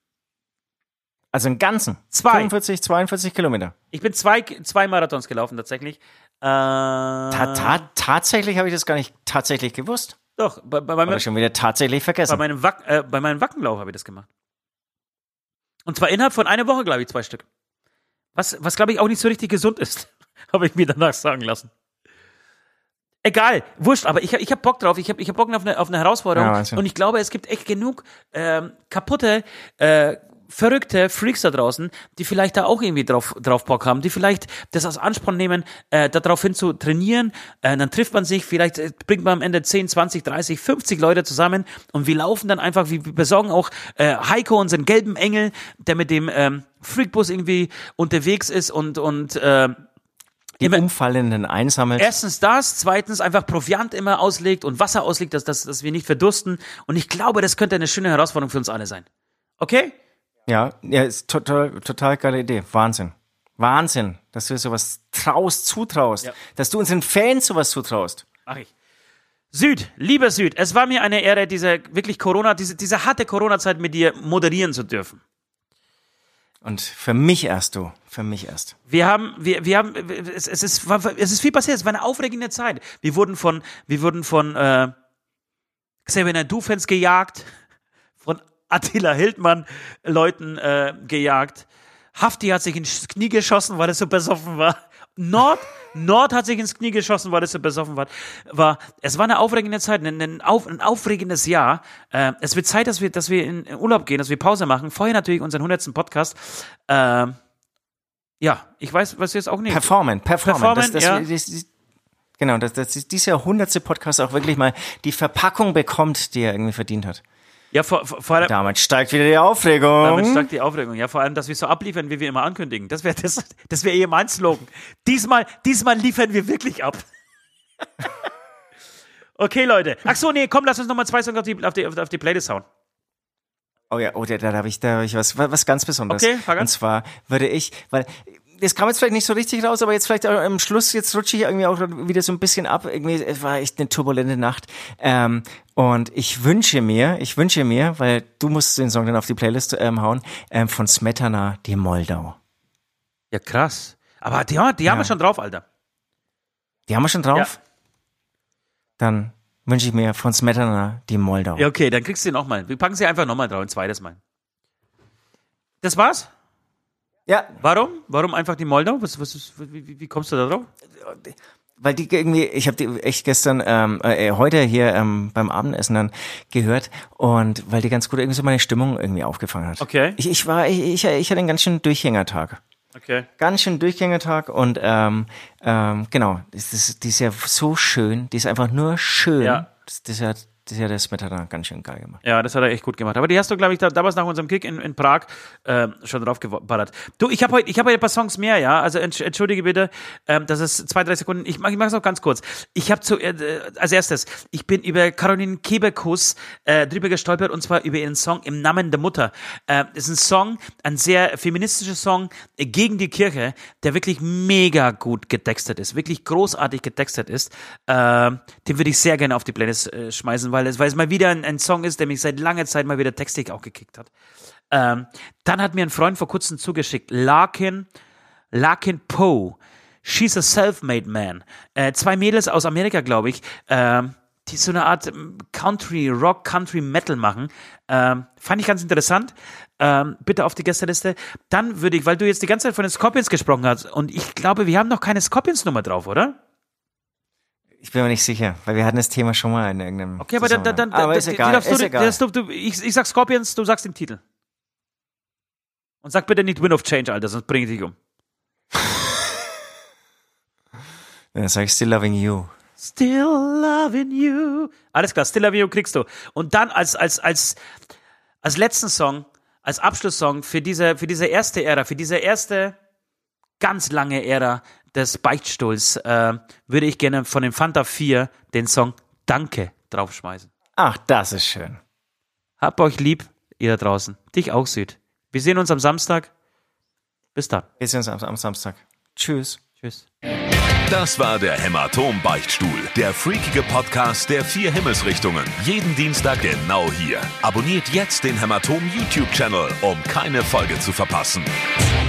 Also einen ganzen? Zwei. fünfundvierzig, zweiundvierzig Kilometer. Ich bin zwei, zwei Marathons gelaufen tatsächlich. Äh, ta ta tatsächlich habe ich das gar nicht tatsächlich gewusst. Doch, bei, bei, meinem, Oder schon wieder tatsächlich vergessen. Bei meinem, Wack, äh, bei meinem Wackenlauf habe ich das gemacht. Und zwar innerhalb von einer Woche, glaube ich, zwei Stück. Was, was glaube ich, auch nicht so richtig gesund ist. Habe ich mir danach sagen lassen. Egal, wurscht, aber ich, ich habe Bock drauf. Ich habe ich hab Bock auf eine, auf eine Herausforderung. Ja, und ich glaube, es gibt echt genug ähm, kaputte, äh, verrückte Freaks da draußen, die vielleicht da auch irgendwie drauf, drauf Bock haben, die vielleicht das als Ansporn nehmen, äh, darauf hin zu trainieren. Äh, dann trifft man sich, vielleicht äh, bringt man am Ende zehn, zwanzig, dreißig, fünfzig Leute zusammen und wir laufen dann einfach, wir besorgen auch äh, Heiko, unseren gelben Engel, der mit dem ähm, Freakbus irgendwie unterwegs ist und, und äh, die Umfallenden einsammelt. Erstens das, zweitens einfach Proviant immer auslegt und Wasser auslegt, dass, dass, dass wir nicht verdursten. Und ich glaube, das könnte eine schöne Herausforderung für uns alle sein. Okay? Ja, ja, ist total, total geile Idee. Wahnsinn. Wahnsinn, dass du sowas traust, zutraust. Ja. Dass du unseren Fans sowas zutraust. Mach ich. Süd, lieber Süd, es war mir eine Ehre, diese wirklich Corona, diese, diese harte Corona-Zeit mit dir moderieren zu dürfen. Und für mich erst, du. Für mich erst. Wir haben, wir, wir haben, es, es ist, es ist viel passiert. Es war eine aufregende Zeit. Wir wurden von, wir wurden von, äh, Xavier Naidoo-Fans gejagt, von Attila Hildmann Leuten äh, gejagt. Hafti hat sich ins Knie geschossen, weil er so besoffen war. Nord, Nord hat sich ins Knie geschossen, weil er so besoffen war. war. Es war eine aufregende Zeit, ein, ein, auf, ein aufregendes Jahr. Äh, es wird Zeit, dass wir, dass wir in Urlaub gehen, dass wir Pause machen. Vorher natürlich unseren hundertsten Podcast. Äh, ja, ich weiß, was jetzt auch nicht. Performen, performen. Performen, das, das, ja. das, das, genau, dass, dass dieser hundertste Podcast auch wirklich mal die Verpackung bekommt, die er irgendwie verdient hat. Ja, vor, vor, vor allem. Damit steigt wieder die Aufregung. Damit steigt die Aufregung. Ja, vor allem, dass wir so abliefern, wie wir immer ankündigen. Das wäre das, das wäre eh mein Slogan. Diesmal, diesmal liefern wir wirklich ab. Okay, Leute. Ach so, nee, komm, lass uns nochmal zwei Songs auf die, auf die, auf die Playlist hauen. Oh ja, oh, da, da habe ich, da hab ich was, was ganz Besonderes. Okay, fang an. Und zwar würde ich, weil das kam jetzt vielleicht nicht so richtig raus, aber jetzt vielleicht am Schluss, jetzt rutsche ich irgendwie auch wieder so ein bisschen ab. Irgendwie, es war echt eine turbulente Nacht. Ähm, und ich wünsche mir, ich wünsche mir, weil du musst den Song dann auf die Playlist ähm, hauen, ähm, von Smetana, die Moldau. Ja, krass. Aber die, die ja. haben wir schon drauf, Alter. Die haben wir schon drauf? Ja. Dann wünsche ich mir von Smetana, die Moldau. Ja, okay, dann kriegst du sie nochmal. Wir packen sie einfach nochmal drauf, ein zweites Mal. Das war's? Ja. Warum? Warum einfach die Moldau? Was, was ist, wie, wie kommst du da drauf? weil die irgendwie, ich habe die echt gestern, ähm, äh, heute hier ähm, beim Abendessen dann gehört und weil die ganz gut irgendwie so meine Stimmung irgendwie aufgefangen hat. Okay. Ich, ich war, ich, ich, ich hatte einen ganz schönen Durchhängertag. Okay. Ganz schön Durchgängertag und ähm, ähm, genau, das ist, die ist ja so schön, die ist einfach nur schön. Ja. Das, das, ist ja, das ist ja das mit hat er ganz schön geil gemacht. Ja, das hat er echt gut gemacht. Aber die hast du, glaube ich, da, damals nach unserem Kick in, in Prag äh, schon drauf geballert. Du, ich habe heute ich hab heute ein paar Songs mehr, ja. Also entsch- entschuldige bitte, ähm, das ist zwei, drei Sekunden. Ich mache ich mach's auch ganz kurz. Ich habe zu äh, als erstes, ich bin über Caroline Kebekus äh, drüber gestolpert und zwar über ihren Song Im Namen der Mutter. Äh, ist ein Song, ein sehr feministischer Song äh, gegen die Kirche, der wirklich mega gut getextet ist, wirklich großartig getextet ist. Äh, den würde ich sehr gerne auf die Playlist äh, schmeißen, weil es, weil es mal wieder ein, ein Song ist, der mich seit langer Zeit mal wieder textig auch gekickt hat. Ähm, dann hat mir ein Freund vor kurzem zugeschickt, Larkin, Larkin Poe, She's a Self-Made Man. Äh, zwei Mädels aus Amerika, glaube ich, ähm, die so eine Art Country, Rock, Country, Metal machen. Ähm, fand ich ganz interessant. Ähm, bitte auf die Gästeliste. Dann würde ich, weil du jetzt die ganze Zeit von den Scorpions gesprochen hast und ich glaube, wir haben noch keine Scorpions-Nummer drauf, oder? Ich bin mir nicht sicher, weil wir hatten das Thema schon mal in irgendeinem Okay, aber dann, dann, dann aber dann, ist egal, darfst ist du, egal. darfst du, du, ich, ich sag Scorpions, du sagst den Titel. Und sag bitte nicht Wind of Change, Alter, sonst bring ich dich um. Dann sag ich Still Loving You. Still loving you. Alles klar, Still loving you kriegst du. Und dann als, als, als, als letzten Song, als Abschlusssong für diese, für diese erste Ära, für diese erste ganz lange Ära des Beichtstuhls, äh, würde ich gerne von den Fanta vier den Song Danke draufschmeißen. Ach, das ist schön. Habt euch lieb, ihr da draußen. Dich auch, Süd. Wir sehen uns am Samstag. Bis dann. Wir sehen uns am, am Samstag. Tschüss. Tschüss. Das war der Hämatom-Beichtstuhl, der freakige Podcast der vier Himmelsrichtungen. Jeden Dienstag genau hier. Abonniert jetzt den Hämatom-YouTube-Channel, um keine Folge zu verpassen.